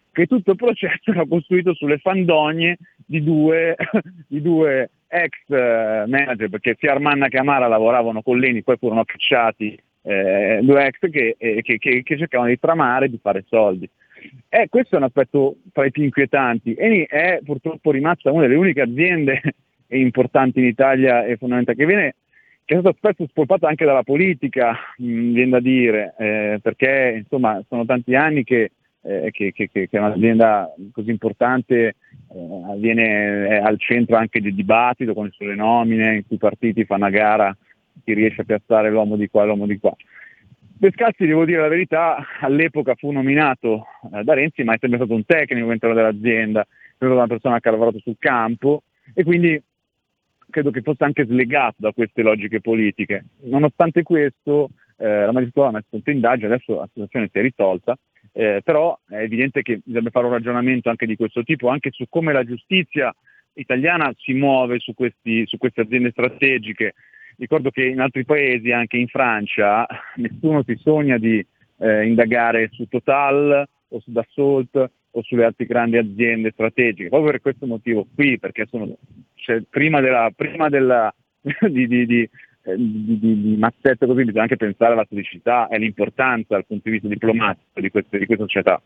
Speaker 13: che tutto il processo era costruito sulle fandonie di due, di due ex eh, manager, perché sia Armanna che Amara lavoravano con l'Eni, poi furono cacciati eh, due ex che, eh, che, che, che cercavano di tramare, di fare soldi. Eh, questo è un aspetto tra i più inquietanti. Eni è purtroppo rimasta una delle uniche aziende importanti in Italia e fondamentale che viene che è stato spesso spolpato anche dalla politica, mh, viene da dire, eh, perché insomma sono tanti anni che, eh, che, che, che un'azienda così importante eh, viene è al centro anche del dibattito con le sue nomine, in cui i partiti fanno a gara chi riesce a piazzare l'uomo di qua e l'uomo di qua. Descalzi, devo dire la verità, all'epoca fu nominato eh, da Renzi, ma è sempre stato un tecnico all'interno dell'azienda, è stata una persona che ha lavorato sul campo e quindi credo che fosse anche slegato da queste logiche politiche. Nonostante questo, eh, la magistratura ha messo sotto indagine, adesso la situazione si è risolta, eh, però è evidente che bisogna fare un ragionamento anche di questo tipo, anche su come la giustizia italiana si muove su, questi, su queste aziende strategiche. Ricordo che in altri paesi, anche in Francia, nessuno si sogna di eh, indagare su Total o su Dassault o sulle altre grandi aziende strategiche, proprio per questo motivo qui, perché sono cioè, prima della prima della di, di, di, eh, di, di, di mazzetto così bisogna anche pensare alla storicità e all'importanza dal punto di vista diplomatico di queste, di queste società.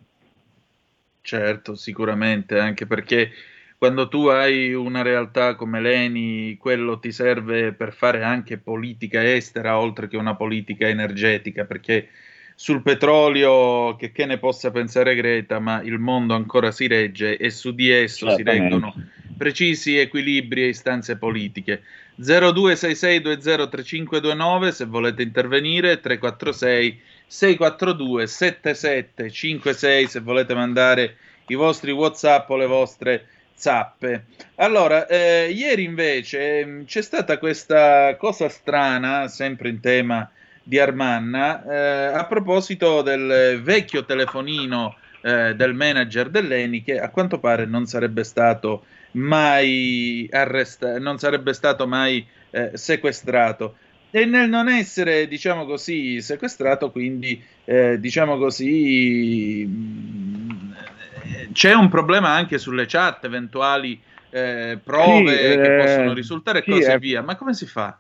Speaker 3: Certo, sicuramente, anche perché quando tu hai una realtà come l'Eni, quello ti serve per fare anche politica estera oltre che una politica energetica, perché sul petrolio, che, che ne possa pensare Greta, ma il mondo ancora si regge e su di esso si reggono precisi equilibri e istanze politiche. zero due sei sei due zero tre cinque due nove se volete intervenire, tre quattro sei sei quattro due sette sette cinque sei se volete mandare i vostri WhatsApp o le vostre zappe. Allora, eh, ieri invece c'è stata questa cosa strana, sempre in tema di Armanna, eh, a proposito del vecchio telefonino eh, del manager dell'Eni, che a quanto pare non sarebbe stato mai arrestato, non sarebbe stato mai eh, sequestrato. E nel non essere, diciamo così, sequestrato, quindi eh, diciamo così, mh, c'è un problema anche sulle chat, eventuali eh, prove
Speaker 13: sì,
Speaker 3: che
Speaker 13: eh,
Speaker 3: possono risultare e
Speaker 13: sì,
Speaker 3: così
Speaker 13: è...
Speaker 3: via. Ma come si fa?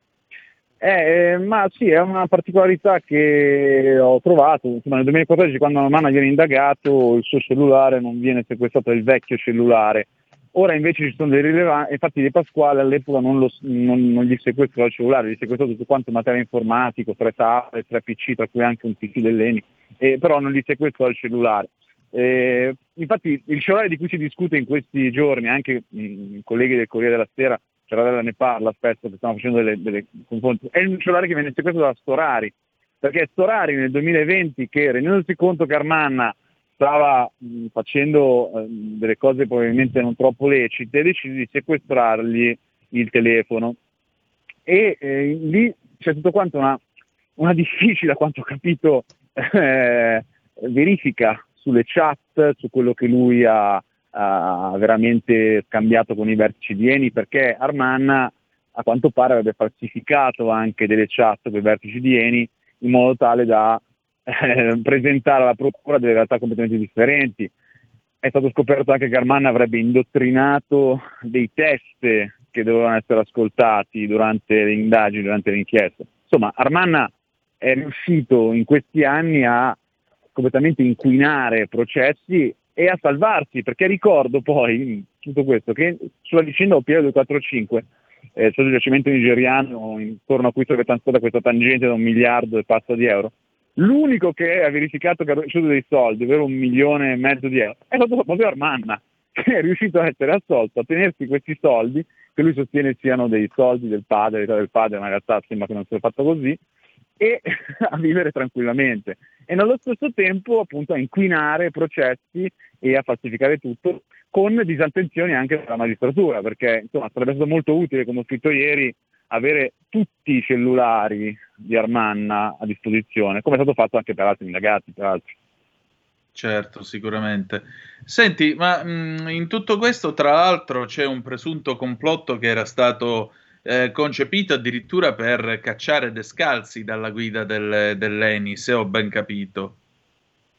Speaker 13: Eh, ma sì, è una particolarità che ho trovato. Insomma, nel duemilaquattordici, quando Armanna viene indagato, il suo cellulare non viene sequestrato, è il vecchio cellulare. Ora invece ci sono dei rilevanti, infatti De Pasquale all'epoca non, lo, non, non gli sequestrò il cellulare, gli sequestrò tutto quanto materiale informatico, tre tablet, tre P C, tra cui anche un P C dell'Eni, eh, però non gli sequestrò il cellulare. Eh, infatti il cellulare di cui si discute in questi giorni, anche i colleghi del Corriere della Sera, Ceradella ne parla spesso, che stiamo facendo delle, delle confronti, è un cellulare che viene sequestrato da Storari, perché Storari nel duemilaventi, che rendendosi conto che Armanna stava mh, facendo eh, delle cose probabilmente non troppo lecite, decise di sequestrargli il telefono e eh, lì c'è tutto quanto una, una difficile, a quanto ho capito, eh, verifica sulle chat, su quello che lui ha, ha veramente scambiato con i vertici di Eni, perché Armanna a quanto pare avrebbe falsificato anche delle chat con i vertici di Eni in modo tale da eh, presentare alla procura delle realtà completamente differenti. È stato scoperto anche che Armanna avrebbe indottrinato dei test che dovevano essere ascoltati durante le indagini, durante l'inchiesta. Insomma, Armanna è riuscito in questi anni a completamente inquinare processi e a salvarsi, perché ricordo poi tutto questo che sulla vicenda O P L duecentoquarantacinque, eh, sul giacimento nigeriano intorno a cui sarebbe stata questa tangente da un miliardo e passa di euro, l'unico che ha verificato che ha ricevuto dei soldi, ovvero un milione e mezzo di euro, è stato proprio Armanna, che è riuscito a essere assolto, a tenersi questi soldi, che lui sostiene siano dei soldi del padre, del padre, ma in realtà sembra che non sia fatto così, e a vivere tranquillamente. E nello stesso tempo appunto a inquinare processi e a falsificare tutto, con disattenzioni anche della magistratura, perché insomma sarebbe stato molto utile, come ho scritto ieri, avere tutti i cellulari di Armanna a disposizione, come è stato fatto anche per altri indagati, per altri.
Speaker 3: Certo, sicuramente. Senti, ma mh, in tutto questo, tra l'altro, c'è un presunto complotto che era stato eh, concepito addirittura per cacciare Descalzi dalla guida del, dell'Eni, se ho ben capito.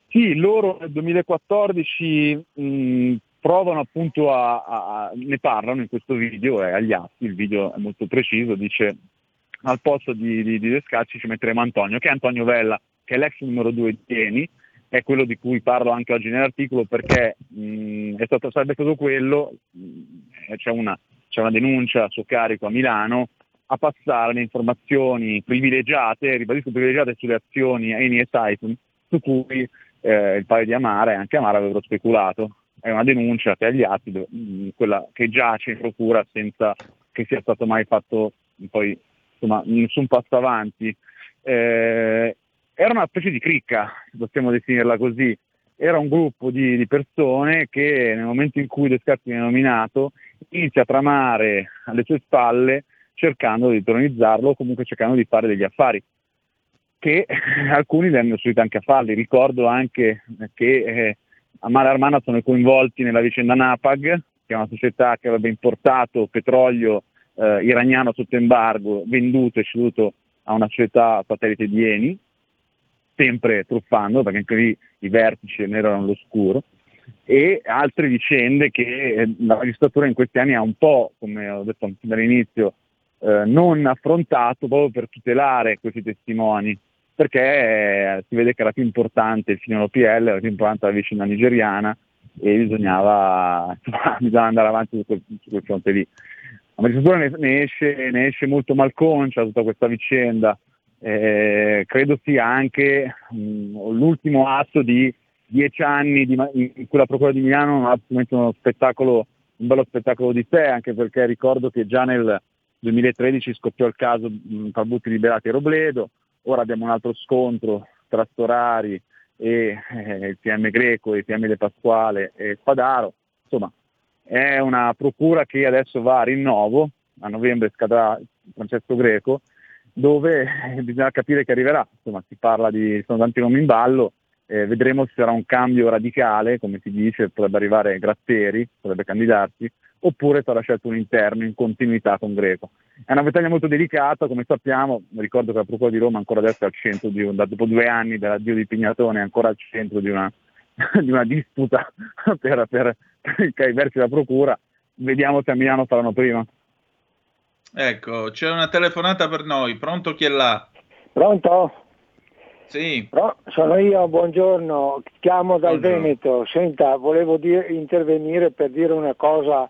Speaker 13: Sì, loro nel duemilaquattordici mh, provano appunto a, a, ne parlano in questo video, è agli atti, il video è molto preciso, dice al posto di, di, di De Scacchi ci metteremo Antonio, che è Antonio Vella, che è l'ex numero due di Eni, è quello di cui parlo anche oggi nell'articolo, perché mh, è stato, sarebbe stato quello, mh, c'è, una, c'è una denuncia a suo carico a Milano, a passare le informazioni privilegiate, ribadisco privilegiate, sulle azioni Eni e Saipem, su cui eh, il paio di Amara e anche Amara avrebbero speculato. È una denuncia che è agli atti, mh, quella che giace in procura senza che sia stato mai fatto poi insomma nessun passo avanti. Eh, era una specie di cricca, possiamo definirla così, era un gruppo di, di persone che nel momento in cui De Scacchi viene nominato inizia a tramare alle sue spalle cercando di tronizzarlo o comunque cercando di fare degli affari che alcuni li hanno riusciti anche a farli. Ricordo anche che eh, Amara e Armana sono coinvolti nella vicenda Napag, che è una società che avrebbe importato petrolio eh, iraniano sotto embargo, venduto e ceduto a una società satellite di Eni, sempre truffando, perché anche lì i vertici ne erano all'oscuro, e altre vicende che eh, la magistratura in questi anni ha un po', come ho detto anche dall'inizio, eh, non affrontato proprio per tutelare questi testimoni, perché eh, si vede che era più importante il fine O P L, era più importante la vicenda nigeriana e bisognava, insomma, bisognava andare avanti su quel, su quel fronte lì. La magistratura ne, ne, esce, ne esce molto malconcia da tutta questa vicenda. Eh, credo sia anche mh, l'ultimo atto di dieci anni di, in cui la Procura di Milano ha assolutamente uno spettacolo, un bello spettacolo di sé, anche perché ricordo che già nel duemilatredici scoppiò il caso Tarbutti Liberati e Robledo, ora abbiamo un altro scontro tra Storari e eh, il P M Greco, il P M De Pasquale e Spadaro. Insomma, è una procura che adesso va a rinnovo, a novembre scadrà Francesco Greco, dove eh, bisogna capire che arriverà. Insomma, si parla di, sono tanti nomi in ballo, eh, vedremo se sarà un cambio radicale, come si dice, potrebbe arrivare Gratteri, potrebbe candidarsi, oppure sarà scelto un interno in continuità con Greco. È una battaglia molto delicata, come sappiamo, ricordo che la Procura di Roma ancora adesso è al centro di un, dopo due anni dall'addio di Pignatone, è ancora al centro di una, di una disputa per, per, per i versi della Procura. Vediamo se a Milano faranno prima.
Speaker 3: Ecco, c'è una telefonata per noi, pronto, chi è là?
Speaker 11: Pronto?
Speaker 3: Sì.
Speaker 11: Pro- sono io, buongiorno, chiamo dal
Speaker 3: Buongiorno.
Speaker 11: Veneto. Senta, volevo dire, intervenire per dire una cosa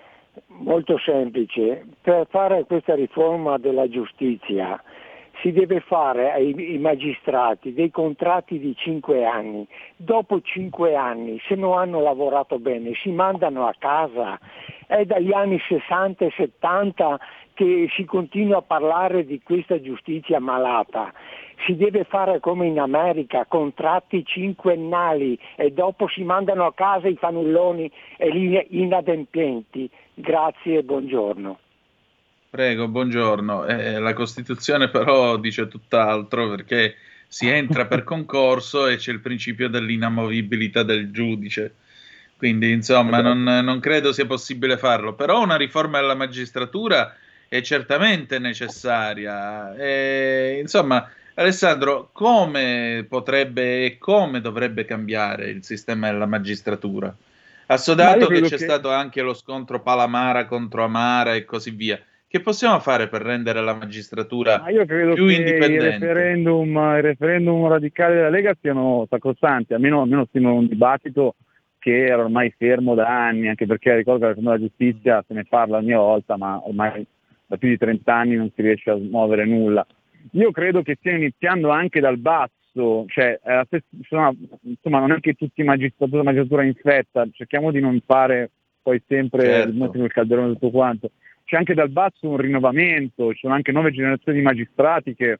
Speaker 11: molto semplice. Per fare questa riforma della giustizia si deve fare ai, ai magistrati dei contratti di cinque anni. Dopo cinque anni, se non hanno lavorato bene, si mandano a casa. È dagli anni sessanta e settanta che si continua a parlare di questa giustizia malata. Si deve fare come in America, contratti cinquennali e dopo si mandano a casa i fannulloni e gli inadempienti. Grazie e buongiorno.
Speaker 3: Prego, buongiorno. Eh, la Costituzione però dice tutt'altro, perché si entra per concorso e c'è il principio dell'inamovibilità del giudice. Quindi, insomma, non, non credo sia possibile farlo. Però una riforma della magistratura è certamente necessaria. E, insomma, Alessandro, come potrebbe e come dovrebbe cambiare il sistema della magistratura? Assodato che c'è che... stato anche lo scontro Palamara contro Amara e così via. Che possiamo fare per rendere la magistratura
Speaker 13: Ma io credo
Speaker 3: più
Speaker 13: che
Speaker 3: indipendente?
Speaker 13: I referendum, i referendum radicali della Lega siano sacrosanti, almeno, almeno stimolano un dibattito che era ormai fermo da anni, anche perché ricordo che la riforma della giustizia se ne parla ogni volta, ma ormai da più di trenta anni non si riesce a muovere nulla. Io credo che stiano iniziando anche dal basso, cioè eh, insomma, insomma non è che tutti i magistrati la magistratura infetta, cerchiamo di non fare poi sempre certo. il calderone e tutto quanto. C'è anche dal basso un rinnovamento, ci sono anche nuove generazioni di magistrati che,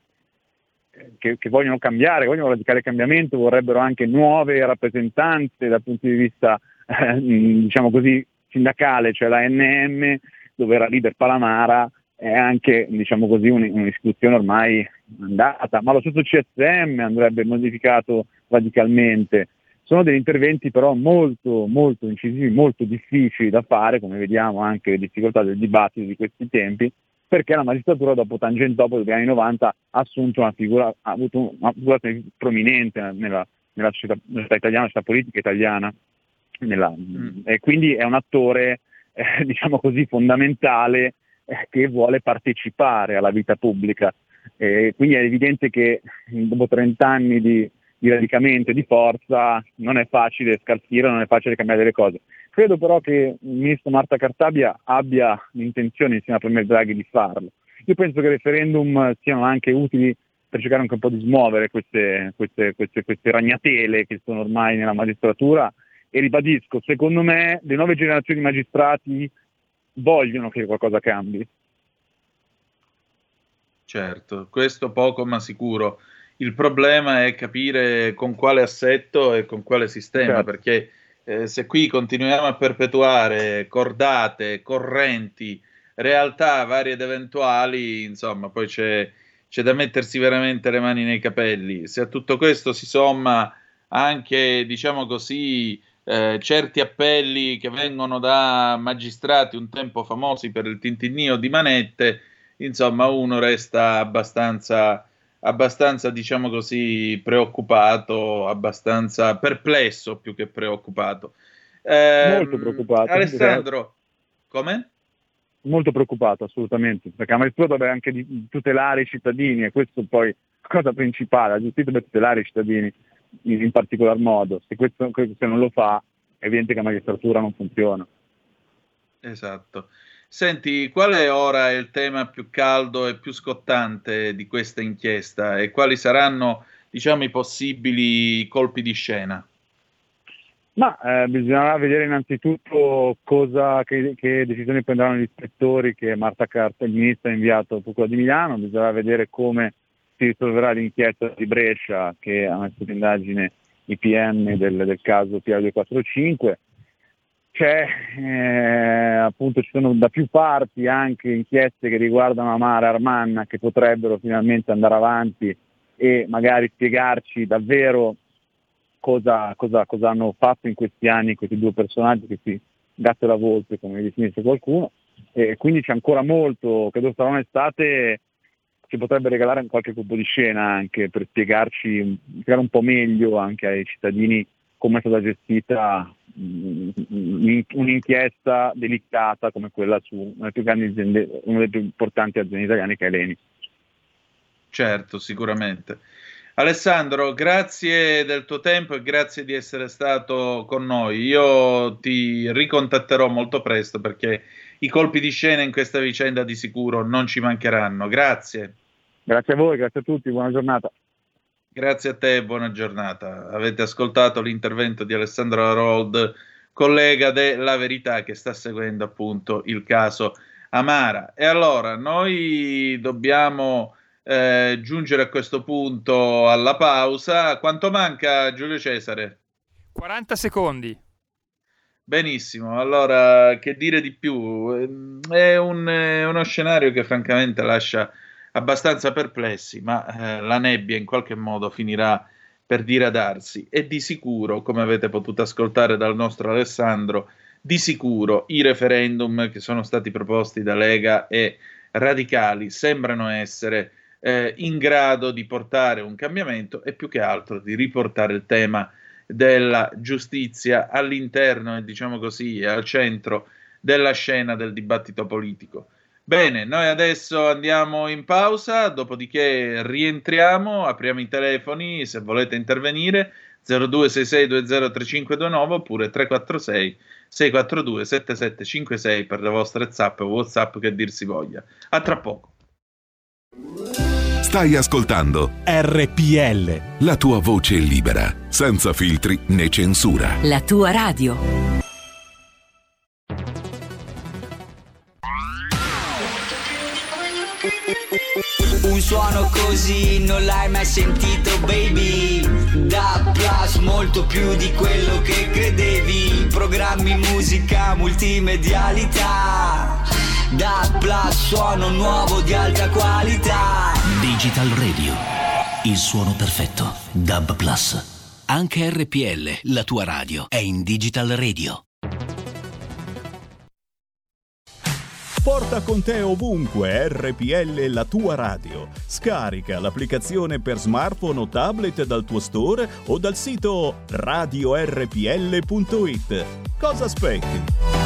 Speaker 13: che, che vogliono cambiare, vogliono radicare cambiamento, vorrebbero anche nuove rappresentanze dal punto di vista eh, diciamo così sindacale, cioè la N M dove era leader Palamara è anche diciamo così un'istituzione ormai andata, ma lo stesso C S M andrebbe modificato radicalmente. Sono degli interventi però molto, molto incisivi, molto difficili da fare, come vediamo anche le difficoltà del dibattito di questi tempi, perché la magistratura dopo Tangentopoli degli anni novanta ha assunto una figura, ha avuto una figura prominente nella, nella società, nella società italiana, nella società politica italiana, nella, mm. e quindi è un attore eh, diciamo così fondamentale eh, che vuole partecipare alla vita pubblica, e quindi è evidente che dopo trent'anni di, di radicamento e di forza non è facile scalfire, non è facile cambiare le cose. Credo però che il ministro Marta Cartabia abbia l'intenzione insieme a Premier Draghi di farlo. Io penso che i referendum siano anche utili per cercare anche un po' di smuovere queste, queste, queste, queste ragnatele che sono ormai nella magistratura, e ribadisco, secondo me le nuove generazioni di magistrati vogliono che qualcosa cambi.
Speaker 3: Certo, questo poco ma sicuro. Il problema è capire con quale assetto e con quale sistema, certo. perché eh, se qui continuiamo a perpetuare cordate, correnti, realtà varie ed eventuali, insomma, poi c'è, c'è da mettersi veramente le mani nei capelli. Se a tutto questo si somma anche, diciamo così, eh, certi appelli che vengono da magistrati un tempo famosi per il tintinnio di manette, insomma, uno resta abbastanza, abbastanza, diciamo così, preoccupato, abbastanza perplesso più che preoccupato. Eh,
Speaker 13: Molto preoccupato.
Speaker 3: Alessandro, come?
Speaker 13: Molto preoccupato, assolutamente, perché la magistratura deve anche di tutelare i cittadini, e questo poi è la cosa principale, la giustizia deve tutelare i cittadini in, in particolar modo. Se questo se non lo fa, è evidente che la magistratura non funziona.
Speaker 3: Esatto. Senti, qual è ora il tema più caldo e più scottante di questa inchiesta, e quali saranno, diciamo, i possibili colpi di scena?
Speaker 13: Ma eh, bisognerà vedere innanzitutto cosa, che, che decisioni prenderanno gli ispettori che Marta Carta, il ministro, ha inviato al Procura di Milano. Bisognerà vedere come si risolverà l'inchiesta di Brescia, che ha messo in indagine i P M del, del caso P A duecentoquarantacinque. C'è eh, appunto ci sono da più parti anche inchieste che riguardano Amara e Armanna, che potrebbero finalmente andare avanti e magari spiegarci davvero cosa, cosa, cosa hanno fatto in questi anni questi due personaggi, che si gatto e la volpe, come definisce qualcuno, e quindi c'è ancora molto. Credo sarà un'estate, ci potrebbe regalare qualche colpo di scena anche per spiegarci, spiegare un po' meglio anche ai cittadini come è stata gestita un'inchiesta delicata come quella su una delle più grandi aziende, una delle più importanti aziende italiane, che è l'Eni.
Speaker 3: Certo, sicuramente. Alessandro, grazie del tuo tempo e grazie di essere stato con noi. Io ti ricontatterò molto presto, perché i colpi di scena in questa vicenda di sicuro non ci mancheranno. Grazie.
Speaker 13: Grazie a voi, grazie a tutti, buona giornata.
Speaker 3: Grazie a te, buona giornata. Avete ascoltato l'intervento di Alessandro Harold, collega della Verità, che sta seguendo appunto il caso Amara. E allora noi dobbiamo eh, giungere a questo punto alla pausa. Quanto manca, Giulio Cesare?
Speaker 2: quaranta secondi.
Speaker 3: Benissimo, allora che dire di più? È un, è uno scenario che francamente lascia abbastanza perplessi, ma eh, la nebbia in qualche modo finirà per diradarsi, e di sicuro, come avete potuto ascoltare dal nostro Alessandro, di sicuro i referendum che sono stati proposti da Lega e Radicali sembrano essere eh, in grado di portare un cambiamento, e più che altro di riportare il tema della giustizia all'interno e, diciamo così, al centro della scena del dibattito politico. Bene, noi adesso andiamo in pausa, dopodiché rientriamo, apriamo i telefoni se volete intervenire, zero due sei sei due zero tre cinque due nove oppure tre quattro sei sei quattro due sette sette cinque sei per le vostre zap o WhatsApp che dir si voglia. A tra poco.
Speaker 10: Stai ascoltando
Speaker 1: R P L,
Speaker 10: la tua voce libera, senza filtri né censura.
Speaker 9: La tua radio.
Speaker 6: Un suono così non l'hai mai sentito, baby. Da Plus, molto più di quello che credevi. Programmi, musica, multimedialità. Da Plus, suono nuovo di alta qualità.
Speaker 14: Digital Radio, il suono perfetto. Dub Plus. Anche R P L, la tua radio, è in Digital Radio.
Speaker 15: Porta con te ovunque R P L, la tua radio. Scarica l'applicazione per smartphone o tablet dal tuo store o dal sito radio r p l punto i t. Cosa aspetti?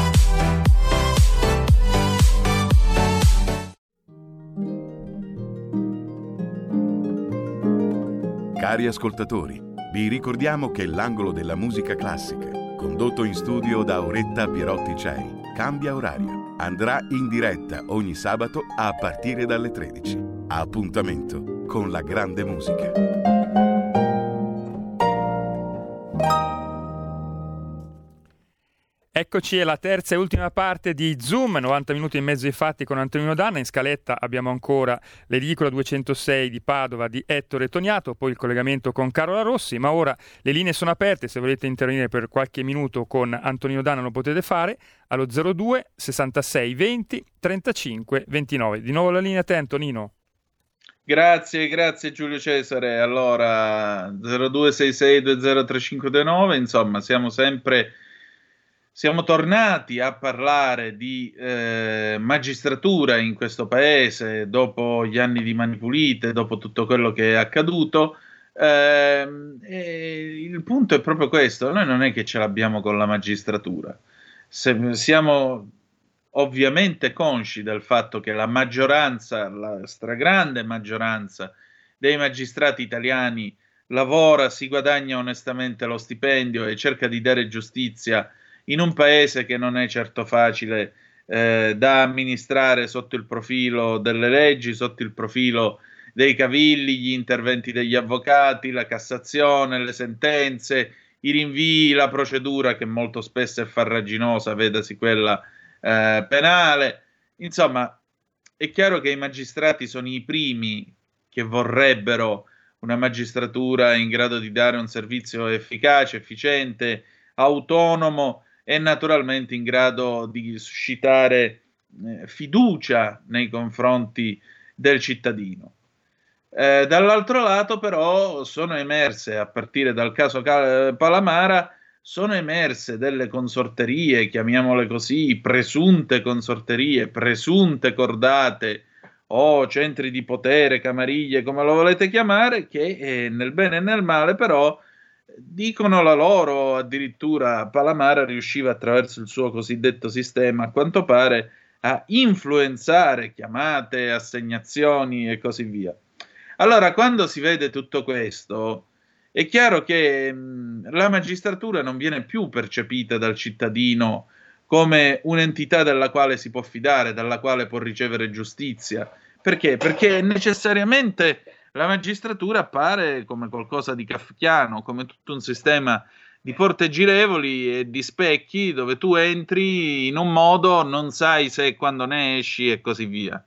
Speaker 10: Cari ascoltatori, vi ricordiamo che l'angolo della musica classica, condotto in studio da Auretta Pierotti Cei, cambia orario. Andrà in diretta ogni sabato a partire dalle tredici. Appuntamento con la grande musica.
Speaker 2: Eccoci alla terza e ultima parte di Zoom, novanta minuti e mezzo ai fatti con Antonino Danna. In scaletta abbiamo ancora l'edicola duecentosei di Padova di Ettore Toniato, poi il collegamento con Carola Rossi, ma ora le linee sono aperte. Se volete intervenire per qualche minuto con Antonino Danna lo potete fare allo zero due sessantasei venti trentacinque ventinove. Di nuovo la linea a te, Antonino.
Speaker 3: Grazie, grazie Giulio Cesare. Allora zero due sei sei due zero tre cinque due nove, insomma siamo sempre... Siamo tornati a parlare di eh, magistratura in questo paese dopo gli anni di Mani Pulite, dopo tutto quello che è accaduto. Eh, e il punto è proprio questo: noi non è che ce l'abbiamo con la magistratura. Se, siamo ovviamente consci del fatto che la maggioranza, la stragrande maggioranza dei magistrati italiani lavora, si guadagna onestamente lo stipendio e cerca di dare giustizia in un paese che non è certo facile eh, da amministrare sotto il profilo delle leggi, sotto il profilo dei cavilli, gli interventi degli avvocati, la Cassazione, le sentenze, i rinvii, la procedura che molto spesso è farraginosa, vedasi quella eh, penale. Insomma, è chiaro che i magistrati sono i primi che vorrebbero una magistratura in grado di dare un servizio efficace, efficiente, autonomo e naturalmente in grado di suscitare eh, fiducia nei confronti del cittadino. Eh, dall'altro lato però sono emerse, a partire dal caso Cal- Palamara, sono emerse delle consorterie, chiamiamole così, presunte consorterie, presunte cordate o centri di potere, camariglie, come lo volete chiamare, che eh, nel bene e nel male però dicono la loro. Addirittura Palamara riusciva attraverso il suo cosiddetto sistema, a quanto pare, a influenzare chiamate, assegnazioni e così via. Allora, quando si vede tutto questo, è chiaro che mh, la magistratura non viene più percepita dal cittadino come un'entità della quale si può fidare, dalla quale può ricevere giustizia. Perché? Perché necessariamente la magistratura appare come qualcosa di kafkiano, come tutto un sistema di porte girevoli e di specchi dove tu entri in un modo, non sai se e quando ne esci e così via.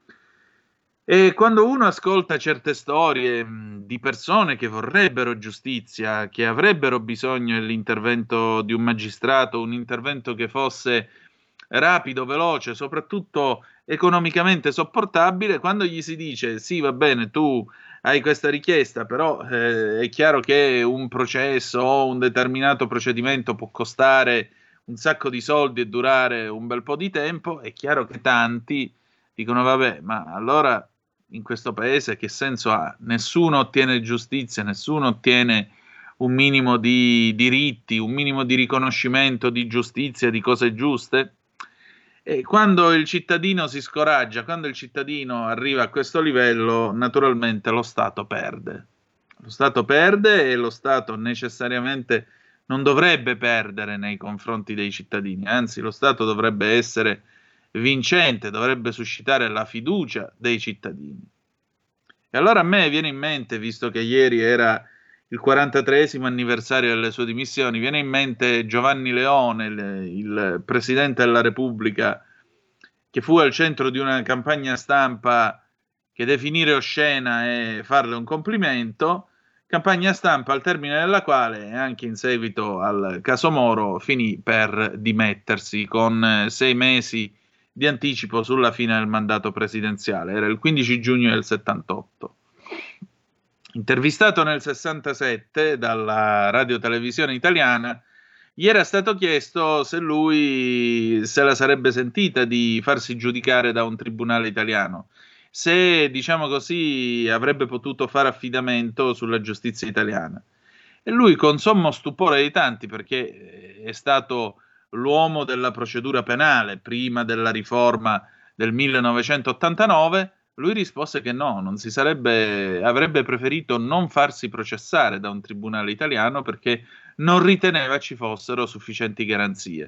Speaker 3: E quando uno ascolta certe storie mh, di persone che vorrebbero giustizia, che avrebbero bisogno dell'intervento di un magistrato, un intervento che fosse rapido, veloce, soprattutto economicamente sopportabile, quando gli si dice sì, va bene, tu hai questa richiesta, però eh, è chiaro che un processo o un determinato procedimento può costare un sacco di soldi e durare un bel po' di tempo, è chiaro che tanti dicono vabbè, ma allora in questo paese che senso ha? Nessuno ottiene giustizia, nessuno ottiene un minimo di diritti, un minimo di riconoscimento di giustizia, di cose giuste. E quando il cittadino si scoraggia, quando il cittadino arriva a questo livello, naturalmente lo Stato perde. Lo Stato perde e lo Stato necessariamente non dovrebbe perdere nei confronti dei cittadini, anzi lo Stato dovrebbe essere vincente, dovrebbe suscitare la fiducia dei cittadini. E allora a me viene in mente, visto che ieri era il quarantatreesimo anniversario delle sue dimissioni, viene in mente Giovanni Leone, il, il Presidente della Repubblica, che fu al centro di una campagna stampa che definire oscena e farle un complimento, campagna stampa al termine della quale, anche in seguito al caso Moro, finì per dimettersi con sei mesi di anticipo sulla fine del mandato presidenziale. Era il quindici giugno del settantotto. Intervistato nel sessantasette dalla radiotelevisione italiana, gli era stato chiesto se lui se la sarebbe sentita di farsi giudicare da un tribunale italiano, se, diciamo così, avrebbe potuto fare affidamento sulla giustizia italiana. E lui, con sommo stupore di tanti, perché è stato l'uomo della procedura penale prima della riforma del millenovecentottantanove, lui rispose che no, non si sarebbe, avrebbe preferito non farsi processare da un tribunale italiano perché non riteneva ci fossero sufficienti garanzie.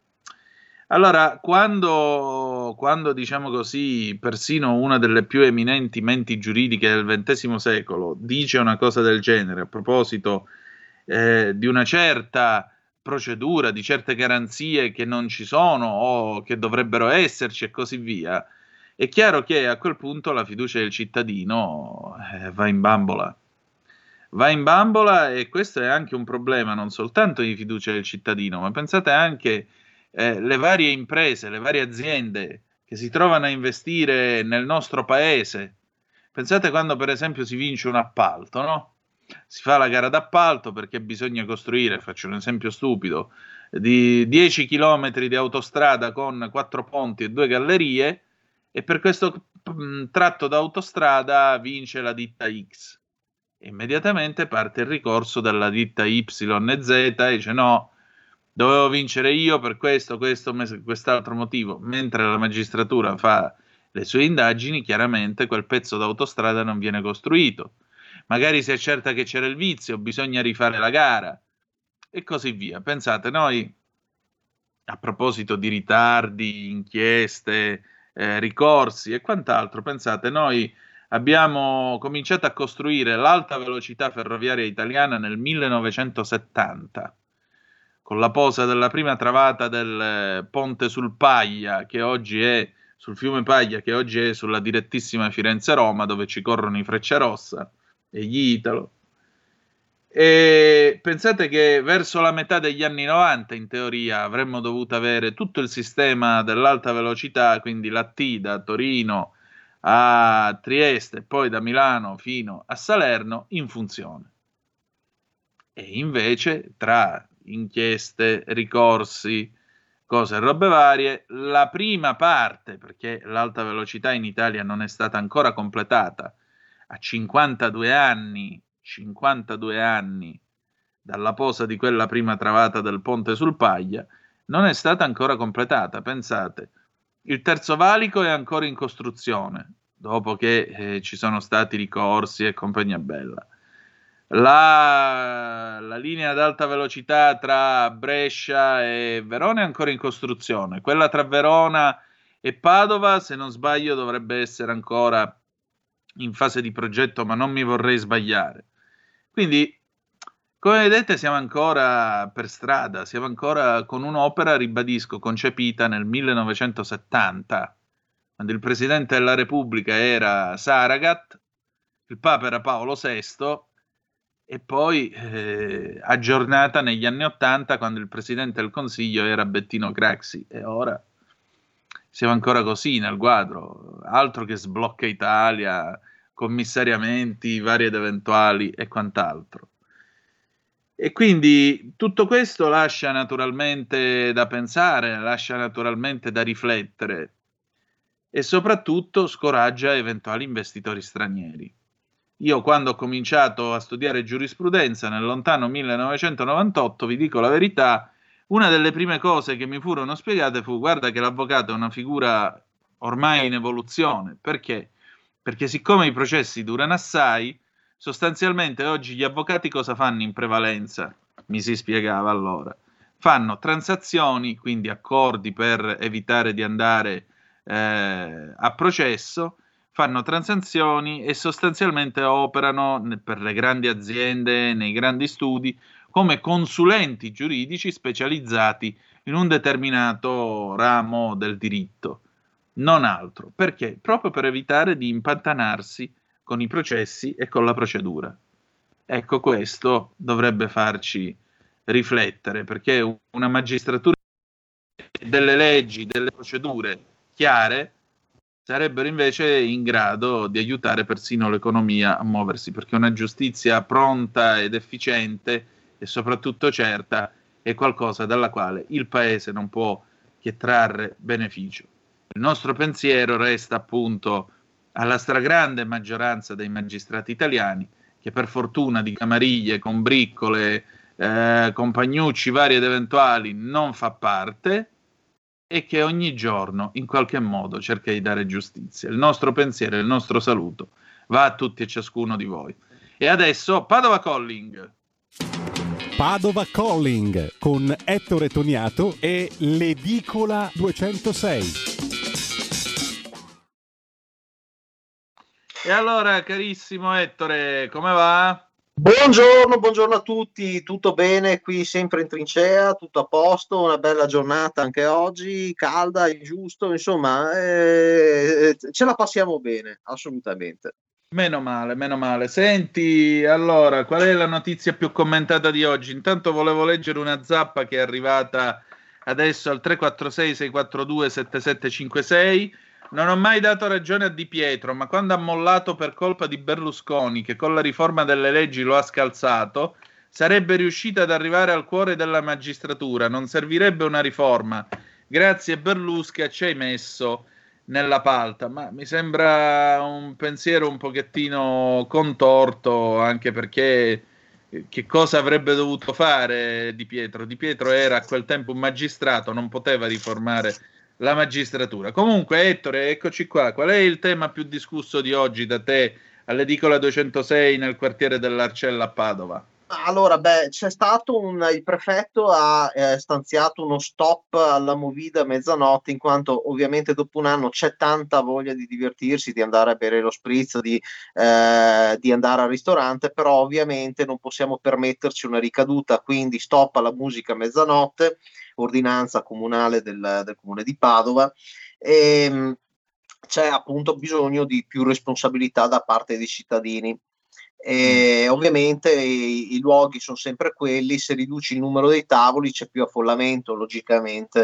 Speaker 3: Allora, quando, quando diciamo così, persino una delle più eminenti menti giuridiche del ventesimo secolo dice una cosa del genere a proposito eh, di una certa procedura, di certe garanzie che non ci sono o che dovrebbero esserci e così via, è chiaro che a quel punto la fiducia del cittadino eh, va in bambola. Va in bambola e questo è anche un problema non soltanto di fiducia del cittadino, ma pensate anche eh, le varie imprese, le varie aziende che si trovano a investire nel nostro paese. Pensate quando per esempio si vince un appalto, no? Si fa la gara d'appalto perché bisogna costruire, faccio un esempio stupido, di dieci chilometri di autostrada con quattro ponti e due gallerie, e per questo mh, tratto d'autostrada vince la ditta X. Immediatamente parte il ricorso dalla ditta Y e Z e dice no, dovevo vincere io per questo, questo, quest'altro motivo. Mentre la magistratura fa le sue indagini, chiaramente quel pezzo d'autostrada non viene costruito. Magari si accerta che c'era il vizio, bisogna rifare la gara e così via. Pensate, noi a proposito di ritardi, inchieste, eh, ricorsi e quant'altro, pensate, noi abbiamo cominciato a costruire l'alta velocità ferroviaria italiana nel millenovecentosettanta, con la posa della prima travata del ponte sul Paglia, che oggi è sul fiume Paglia, che oggi è sulla direttissima Firenze-Roma, dove ci corrono i Frecciarossa e gli Italo. E pensate che verso la metà degli anni novanta, in teoria, avremmo dovuto avere tutto il sistema dell'alta velocità, quindi la T da Torino a Trieste, poi da Milano fino a Salerno, in funzione. E invece, tra inchieste, ricorsi, cose e robe varie, la prima parte, perché l'alta velocità in Italia non è stata ancora completata, a cinquantadue anni, cinquantadue anni dalla posa di quella prima travata del ponte sul Paglia, non è stata ancora completata. Pensate, il terzo valico è ancora in costruzione, dopo che eh, ci sono stati ricorsi e compagnia bella. La, la linea ad alta velocità tra Brescia e Verona è ancora in costruzione. Quella tra Verona e Padova, se non sbaglio, dovrebbe essere ancora in fase di progetto, ma non mi vorrei sbagliare. Quindi, come vedete, siamo ancora per strada, siamo ancora con un'opera, ribadisco, concepita nel millenovecentosettanta, quando il Presidente della Repubblica era Saragat, il Papa era Paolo sesto, e poi eh, aggiornata negli anni Ottanta, quando il Presidente del Consiglio era Bettino Craxi, e ora siamo ancora così nel quadro, altro che sblocca Italia, commissariamenti vari ed eventuali e quant'altro. E quindi tutto questo lascia naturalmente da pensare, lascia naturalmente da riflettere e soprattutto scoraggia eventuali investitori stranieri. Io quando ho cominciato a studiare giurisprudenza nel lontano millenovecentonovantotto, vi dico la verità, una delle prime cose che mi furono spiegate fu: guarda che l'avvocato è una figura ormai in evoluzione. Perché? Perché siccome i processi durano assai, sostanzialmente oggi gli avvocati cosa fanno in prevalenza? Mi si spiegava allora. Fanno transazioni, quindi accordi per evitare di andare eh, a processo, fanno transazioni e sostanzialmente operano per le grandi aziende, nei grandi studi, come consulenti giuridici specializzati in un determinato ramo del diritto, non altro. Perché? Proprio per evitare di impantanarsi con i processi e con la procedura. Ecco, questo dovrebbe farci riflettere, perché una magistratura delle leggi, delle procedure chiare sarebbero invece in grado di aiutare persino l'economia a muoversi, perché una giustizia pronta ed efficiente e soprattutto certa è qualcosa dalla quale il Paese non può che trarre beneficio. Il nostro pensiero resta appunto alla stragrande maggioranza dei magistrati italiani, che per fortuna di camariglie, combriccole, eh, compagnucci vari ed eventuali non fa parte, e che ogni giorno in qualche modo cerca di dare giustizia. Il nostro pensiero, il nostro saluto va a tutti e ciascuno di voi. E adesso Padova Calling.
Speaker 1: Padova Calling con Ettore Toniato e l'Edicola duecentosei.
Speaker 3: E allora, carissimo Ettore, come va?
Speaker 16: Buongiorno, buongiorno a tutti, tutto bene qui sempre in trincea, tutto a posto, una bella giornata anche oggi, calda, il giusto, insomma, eh, ce la passiamo bene, assolutamente.
Speaker 3: Meno male, meno male. Senti, allora, qual è la notizia più commentata di oggi? Intanto volevo leggere una zappa che è arrivata adesso al tre quattro sei sei quattro due sette sette cinque sei. Non ho mai dato ragione a Di Pietro, ma quando ha mollato per colpa di Berlusconi, che con la riforma delle leggi lo ha scalzato, sarebbe riuscito ad arrivare al cuore della magistratura. Non servirebbe una riforma. Grazie Berlusca, ci hai messo nella palta. Ma mi sembra un pensiero un pochettino contorto, anche perché che cosa avrebbe dovuto fare Di Pietro? Di Pietro era a quel tempo un magistrato, non poteva riformare la magistratura. Comunque, Ettore, eccoci qua. Qual è il tema più discusso di oggi da te all'Edicola duecentosei nel quartiere dell'Arcella a Padova?
Speaker 16: Allora, beh, c'è stato un, il prefetto ha eh, stanziato uno stop alla movida a mezzanotte, in quanto ovviamente dopo un anno c'è tanta voglia di divertirsi, di andare a bere lo spritz, di, eh, di andare al ristorante, però ovviamente non possiamo permetterci una ricaduta, quindi stop alla musica a mezzanotte, ordinanza comunale del, del comune di Padova, e c'è appunto bisogno di più responsabilità da parte dei cittadini. E ovviamente i, i luoghi sono sempre quelli, se riduci il numero dei tavoli c'è più affollamento logicamente,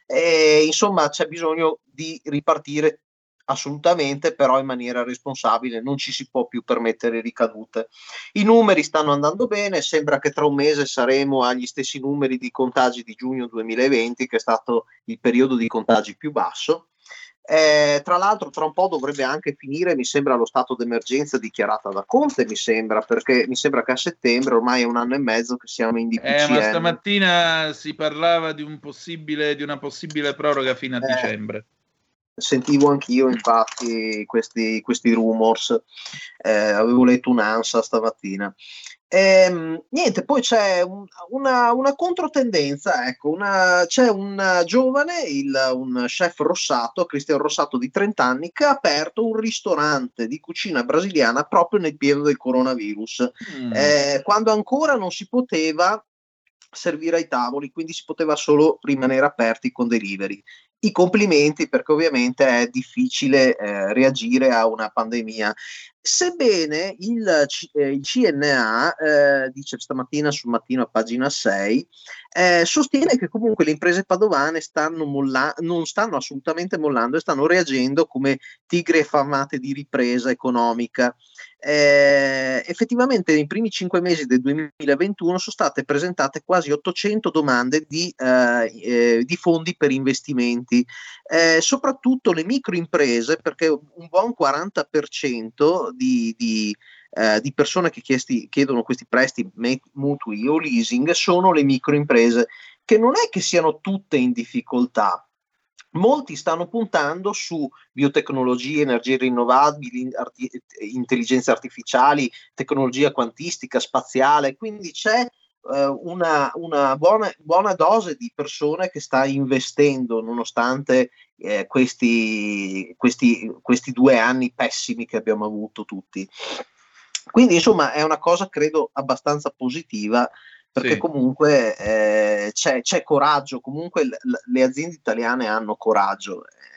Speaker 16: e insomma c'è bisogno di ripartire assolutamente, però in maniera responsabile, non ci si può più permettere ricadute. I numeri stanno andando bene, sembra che tra un mese saremo agli stessi numeri di contagi di giugno duemilaventi, che è stato il periodo di contagi più basso. Eh, tra l'altro tra un po' dovrebbe anche finire, mi sembra, lo stato d'emergenza dichiarata da Conte, mi sembra, perché mi sembra che a settembre, ormai è un anno e mezzo che siamo in D P C M.
Speaker 3: Eh, ma stamattina si parlava di un possibile, di una possibile proroga fino a
Speaker 16: eh,
Speaker 3: dicembre.
Speaker 16: Sentivo anch'io infatti questi, questi rumors, eh, avevo letto un'ANSA stamattina. Ehm, niente, poi c'è un, una, una controtendenza, ecco, una, c'è un giovane, il, un chef Rossato, Cristian Rossato di trenta anni, che ha aperto un ristorante di cucina brasiliana proprio nel pieno del coronavirus, mm. eh, quando ancora non si poteva servire ai tavoli, quindi si poteva solo rimanere aperti con delivery. I complimenti, perché ovviamente è difficile eh, reagire a una pandemia. Sebbene il, C- eh, il C N A, eh, dice stamattina sul Mattino a pagina sei, eh, sostiene che comunque le imprese padovane stanno molla- non stanno assolutamente mollando e stanno reagendo come tigri affamate di ripresa economica. Eh, effettivamente nei primi cinque mesi del duemilaventuno sono state presentate quasi ottocento domande di, eh, eh, di fondi per investimenti, eh, soprattutto le microimprese, perché un buon quaranta per cento di, di, eh, di persone che chiesti, chiedono questi prestiti mutui o leasing sono le microimprese, che non è che siano tutte in difficoltà. Molti stanno puntando su biotecnologie, energie rinnovabili, arti- intelligenze artificiali, tecnologia quantistica, spaziale, quindi c'è eh, una, una buona, buona dose di persone che sta investendo nonostante eh, questi, questi, questi due anni pessimi che abbiamo avuto tutti. Quindi insomma è una cosa credo abbastanza positiva, perché sì. comunque eh, c'è, c'è coraggio, comunque l- le aziende italiane hanno coraggio,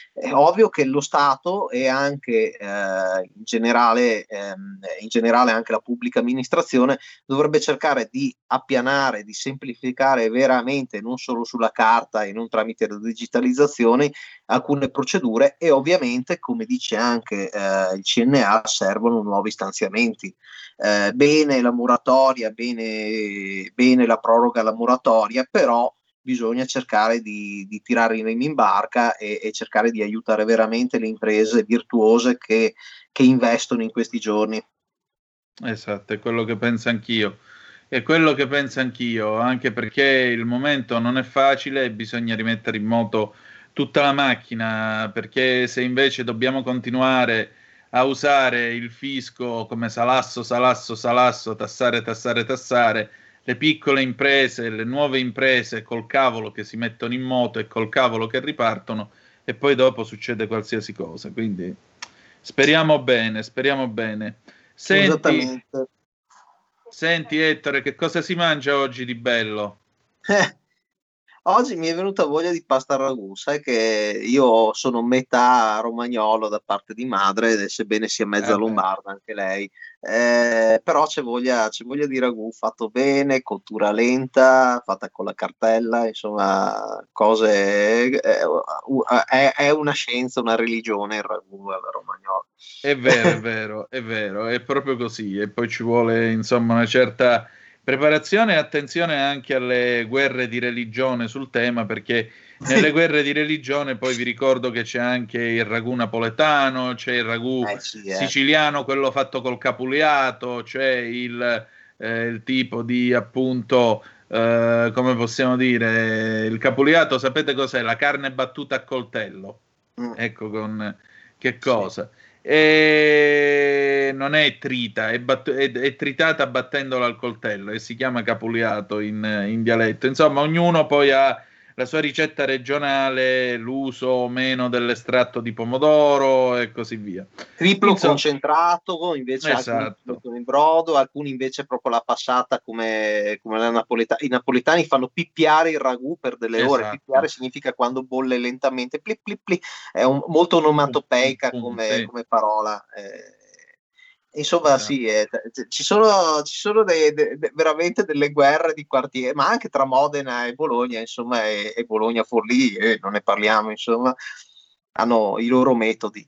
Speaker 16: È ovvio che lo Stato e anche eh, in generale, ehm, in generale anche la pubblica amministrazione dovrebbe cercare di appianare, di semplificare veramente, non solo sulla carta e non tramite la digitalizzazione, alcune procedure, e ovviamente, come dice anche eh, il C N A, servono nuovi stanziamenti. Eh, bene la moratoria, bene, bene la proroga alla moratoria, però bisogna cercare di, di tirare i remi in barca e, e cercare di aiutare veramente le imprese virtuose che, che investono in questi giorni.
Speaker 3: Esatto, è quello che penso anch'io. È quello che penso anch'io, anche perché il momento non è facile e bisogna rimettere in moto tutta la macchina, perché se invece dobbiamo continuare a usare il fisco come salasso, salasso, salasso, tassare, tassare, tassare, le piccole imprese, le nuove imprese col cavolo che si mettono in moto e col cavolo che ripartono, e poi dopo succede qualsiasi cosa. Quindi speriamo bene, speriamo bene. Senti, senti Ettore, che cosa si mangia oggi di bello?
Speaker 16: Eh, oggi mi è venuta voglia di pasta al ragù. Sai che io sono metà romagnolo da parte di madre, sebbene sia mezza
Speaker 3: Eh beh.
Speaker 16: lombarda anche lei. Eh, però c'è voglia, c'è voglia di ragù fatto bene, cottura lenta, fatta con la cartella, insomma, cose. È, è, è una scienza, una religione il ragù alla romagnola.
Speaker 3: È vero, è vero, è vero, è proprio così. E poi ci vuole, insomma, una certa preparazione e attenzione anche alle guerre di religione sul tema, perché nelle guerre di religione poi vi ricordo che c'è anche il ragù napoletano, c'è il ragù
Speaker 16: Eh sì, eh.
Speaker 3: siciliano, quello fatto col capuliato, c'è il, eh, il tipo di, appunto, eh, come possiamo dire, il capuliato, sapete cos'è? La carne battuta a coltello.
Speaker 16: Mm.
Speaker 3: Ecco con che cosa. E non è trita, è, bat- è, è tritata battendola al coltello e si chiama capuliato in, in dialetto. Insomma, ognuno poi ha la sua ricetta regionale, l'uso o meno dell'estratto di pomodoro e così via.
Speaker 16: Triplo
Speaker 3: Insomma,
Speaker 16: concentrato, invece
Speaker 3: esatto.
Speaker 16: alcuni mettono in brodo, alcuni invece proprio la passata come, come la napoletana. I napoletani fanno pippiare il ragù per delle ore.
Speaker 3: Esatto.
Speaker 16: Pippiare significa quando bolle lentamente, pli, pli, pli. È un, molto onomatopeica
Speaker 3: Pum, pum,
Speaker 16: come,
Speaker 3: sì.
Speaker 16: come parola. Eh, insomma,
Speaker 3: Esatto.
Speaker 16: sì, eh, t- ci sono, ci sono dei- de- de- veramente delle guerre di quartiere, ma anche tra Modena e Bologna, insomma, e, e Bologna Forlì, eh, non ne parliamo, insomma, hanno i loro metodi.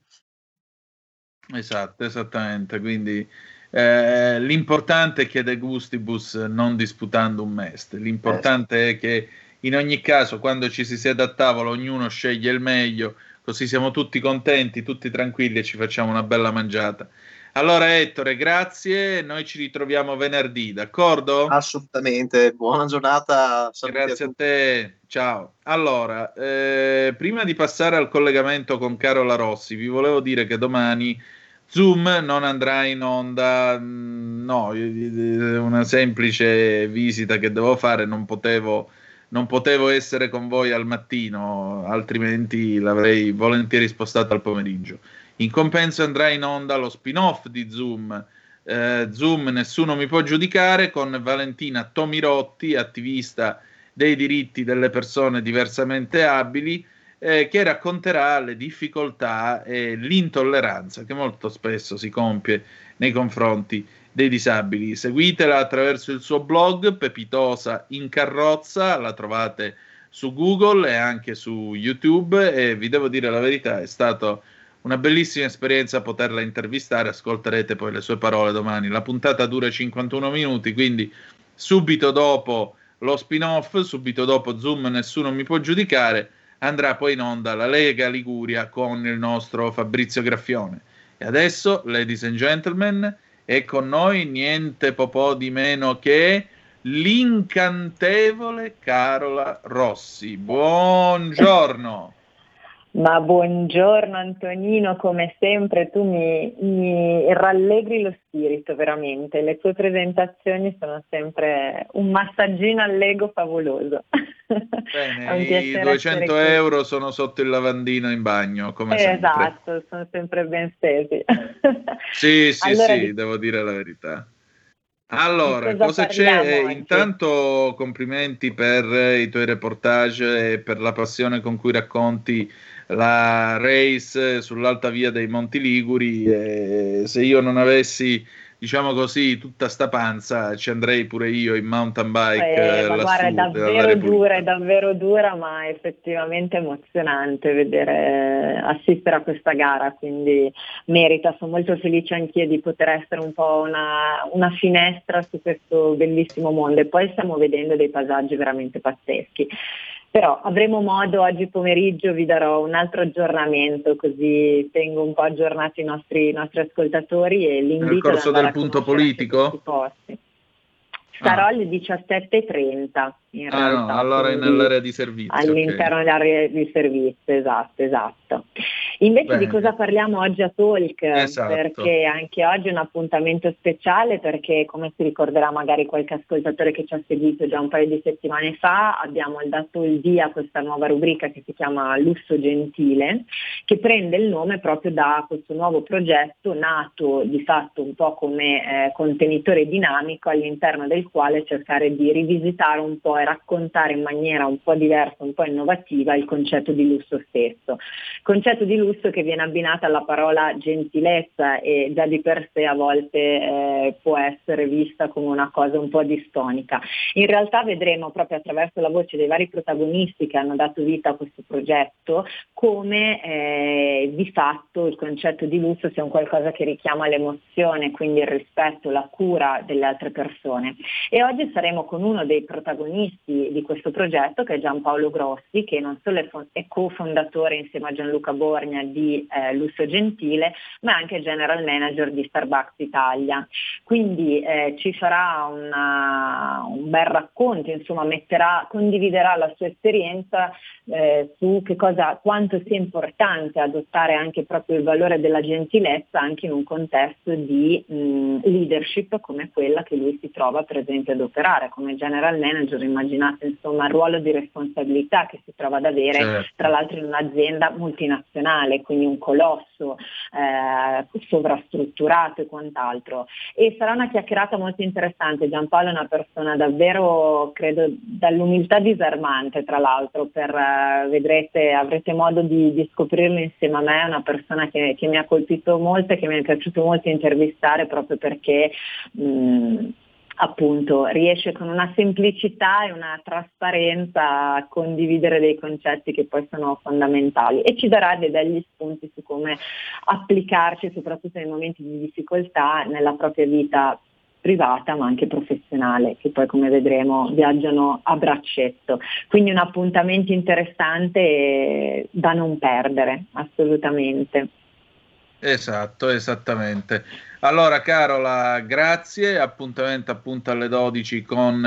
Speaker 3: Esatto, esattamente. Quindi eh, l'importante è che de gustibus non disputando un meste. L'importante è che in ogni caso, quando ci si siede a tavola, ognuno sceglie il meglio, così siamo tutti contenti, tutti tranquilli e ci facciamo una bella mangiata. Allora, Ettore, grazie. Noi ci ritroviamo venerdì, d'accordo?
Speaker 16: Assolutamente. Buona giornata. Saluti
Speaker 3: Grazie
Speaker 16: a
Speaker 3: a
Speaker 16: tutti.
Speaker 3: te, ciao. Allora, eh, prima di passare al collegamento con Carola Rossi, vi volevo dire che domani Zoom non andrà in onda, mm, no, eh, una semplice visita che devo fare, non potevo, non potevo essere con voi al mattino, altrimenti l'avrei volentieri spostato al pomeriggio. In compenso andrà in onda lo spin-off di Zoom, eh, Zoom Nessuno mi può giudicare, con Valentina Tomirotti, attivista dei diritti delle persone diversamente abili, eh, che racconterà le difficoltà e l'intolleranza che molto spesso si compie nei confronti dei disabili. Seguitela attraverso il suo blog Pepitosa in carrozza, la trovate su Google e anche su YouTube, e vi devo dire la verità, è stato una bellissima esperienza poterla intervistare. Ascolterete poi le sue parole domani. La puntata dura cinquantuno minuti, quindi subito dopo lo spin-off, subito dopo Zoom Nessuno mi può giudicare, andrà poi in onda la Lega Liguria con il nostro Fabrizio Graffione. E adesso, ladies and gentlemen, è con noi niente po' po' di meno che l'incantevole Carola Rossi. Buongiorno.
Speaker 17: Ma buongiorno Antonino, come sempre tu mi, mi rallegri lo spirito veramente, le tue presentazioni sono sempre un massaggino all'ego favoloso.
Speaker 3: Bene,
Speaker 17: È un
Speaker 3: i
Speaker 17: piacere
Speaker 3: duecento
Speaker 17: essere qui.
Speaker 3: euro sono sotto il lavandino in bagno, come
Speaker 17: Eh,
Speaker 3: sempre.
Speaker 17: esatto, sono sempre ben spesi.
Speaker 3: Sì, sì,
Speaker 17: Allora,
Speaker 3: sì,
Speaker 17: di-
Speaker 3: devo dire la verità. Allora, cosa, cosa c'è? Oggi? Intanto complimenti per i tuoi reportage e per la passione con cui racconti la race sull'Alta Via dei Monti Liguri. E se io non avessi, diciamo così, tutta sta panza, ci andrei pure io in mountain bike.
Speaker 17: Eh, ma
Speaker 3: lassù,
Speaker 17: guarda, è davvero dura, è davvero dura, ma effettivamente emozionante vedere, assistere a questa gara, quindi merita. Sono molto felice anch'io di poter essere un po' una, una finestra su questo bellissimo mondo, e poi stiamo vedendo dei paesaggi veramente pazzeschi. Però avremo modo, oggi pomeriggio vi darò un altro aggiornamento, così tengo un po' aggiornati i nostri, i nostri ascoltatori e l'invito
Speaker 3: nel corso
Speaker 17: ad andare
Speaker 3: del punto politico?
Speaker 17: Sarò
Speaker 3: ah.
Speaker 17: alle diciassette e trenta in
Speaker 3: ah,
Speaker 17: realtà.
Speaker 3: No, allora nell'area di servizio.
Speaker 17: All'interno okay. dell'area di servizio, esatto, esatto. Invece Bene. Di cosa parliamo oggi a Talk?
Speaker 3: Esatto.
Speaker 17: Perché anche oggi è un appuntamento speciale, perché come si ricorderà magari qualche ascoltatore che ci ha seguito già un paio di settimane fa, abbiamo dato il via a questa nuova rubrica che si chiama Lusso Gentile, che prende il nome proprio da questo nuovo progetto nato di fatto un po' come eh, contenitore dinamico, all'interno del quale cercare di rivisitare un po' e raccontare in maniera un po' diversa, un po' innovativa il concetto di lusso stesso. Concetto di lusso che viene abbinata alla parola gentilezza e già di per sé a volte eh, può essere vista come una cosa un po' distonica. In realtà vedremo proprio attraverso la voce dei vari protagonisti che hanno dato vita a questo progetto come eh, di fatto il concetto di lusso sia un qualcosa che richiama l'emozione, quindi il rispetto, la cura delle altre persone. E oggi saremo con uno dei protagonisti di questo progetto, che è Giampaolo Grossi, che non solo è, fo- è cofondatore insieme a Gianluca Borgna di eh, Lusso Gentile, ma anche general manager di Starbucks Italia. Quindi eh, ci farà una, un bel racconto, insomma metterà, condividerà la sua esperienza eh, su che cosa, quanto sia importante adottare anche proprio il valore della gentilezza anche in un contesto di mh, leadership come quella che lui si trova per esempio ad operare come general manager. Immaginate insomma il ruolo di responsabilità che si trova ad avere, certo. Tra l'altro in un'azienda multinazionale, quindi un colosso eh, sovrastrutturato e quant'altro. E sarà una chiacchierata molto interessante. Giampaolo è una persona davvero, credo, dall'umiltà disarmante, tra l'altro, per eh, vedrete, avrete modo di, di scoprirlo insieme a me. È una persona che, che mi ha colpito molto e che mi è piaciuto molto intervistare proprio perché mh, appunto riesce con una semplicità e una trasparenza a condividere dei concetti che poi sono fondamentali e ci darà dei begli spunti su come applicarci soprattutto nei momenti di difficoltà nella propria vita privata ma anche professionale, che poi come vedremo viaggiano a braccetto. Quindi un appuntamento interessante da non perdere, assolutamente.
Speaker 3: Esatto, esattamente. Allora Carola, grazie, appuntamento appunto alle dodici con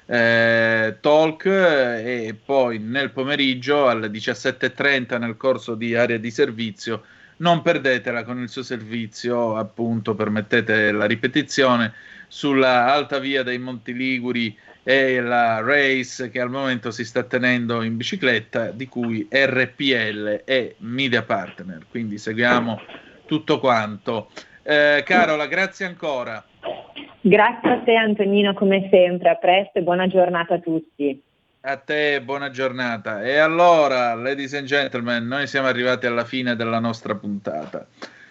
Speaker 3: eh, Talk e poi nel pomeriggio alle diciassette e trenta nel corso di Area di Servizio. Non perdetela con il suo servizio, appunto, permettete la ripetizione, sulla Alta Via dei Monti Liguri e la race che al momento si sta tenendo in bicicletta, di cui R P L è media partner, quindi seguiamo tutto quanto. Eh, Carola, grazie ancora.
Speaker 17: Grazie a te Antonino, come sempre, a presto e buona giornata a tutti.
Speaker 3: A te, buona giornata. E allora, ladies and gentlemen, noi siamo arrivati alla fine della nostra puntata.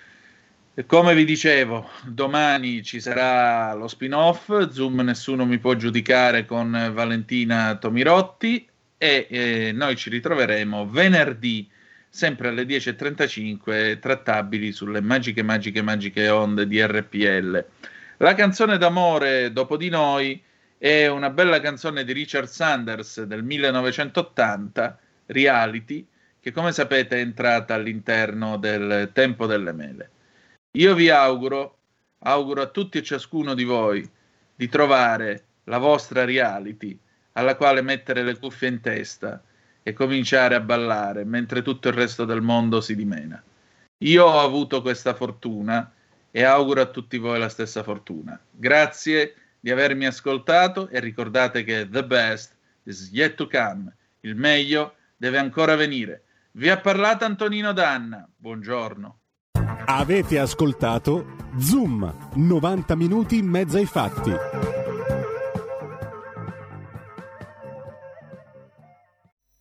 Speaker 3: E come vi dicevo, domani ci sarà lo spin-off, Zoom Nessuno Mi Può Giudicare con Valentina Tomirotti e eh, noi ci ritroveremo venerdì sempre alle dieci e trentacinque, trattabili sulle magiche, magiche, magiche onde di R P L. La canzone d'amore Dopo di noi è una bella canzone di Richard Sanders del millenovecentottanta, Reality, che come sapete è entrata all'interno del Tempo delle Mele. Io vi auguro, auguro a tutti e ciascuno di voi di trovare la vostra reality alla quale mettere le cuffie in testa e cominciare a ballare mentre tutto il resto del mondo si dimena. Io ho avuto questa fortuna e auguro a tutti voi la stessa fortuna. Grazie di avermi ascoltato e ricordate che the best is yet to come. Il meglio deve ancora venire. Vi ha parlato Antonino Danna. Buongiorno.
Speaker 1: Avete ascoltato Zoom, novanta minuti in mezzo ai fatti.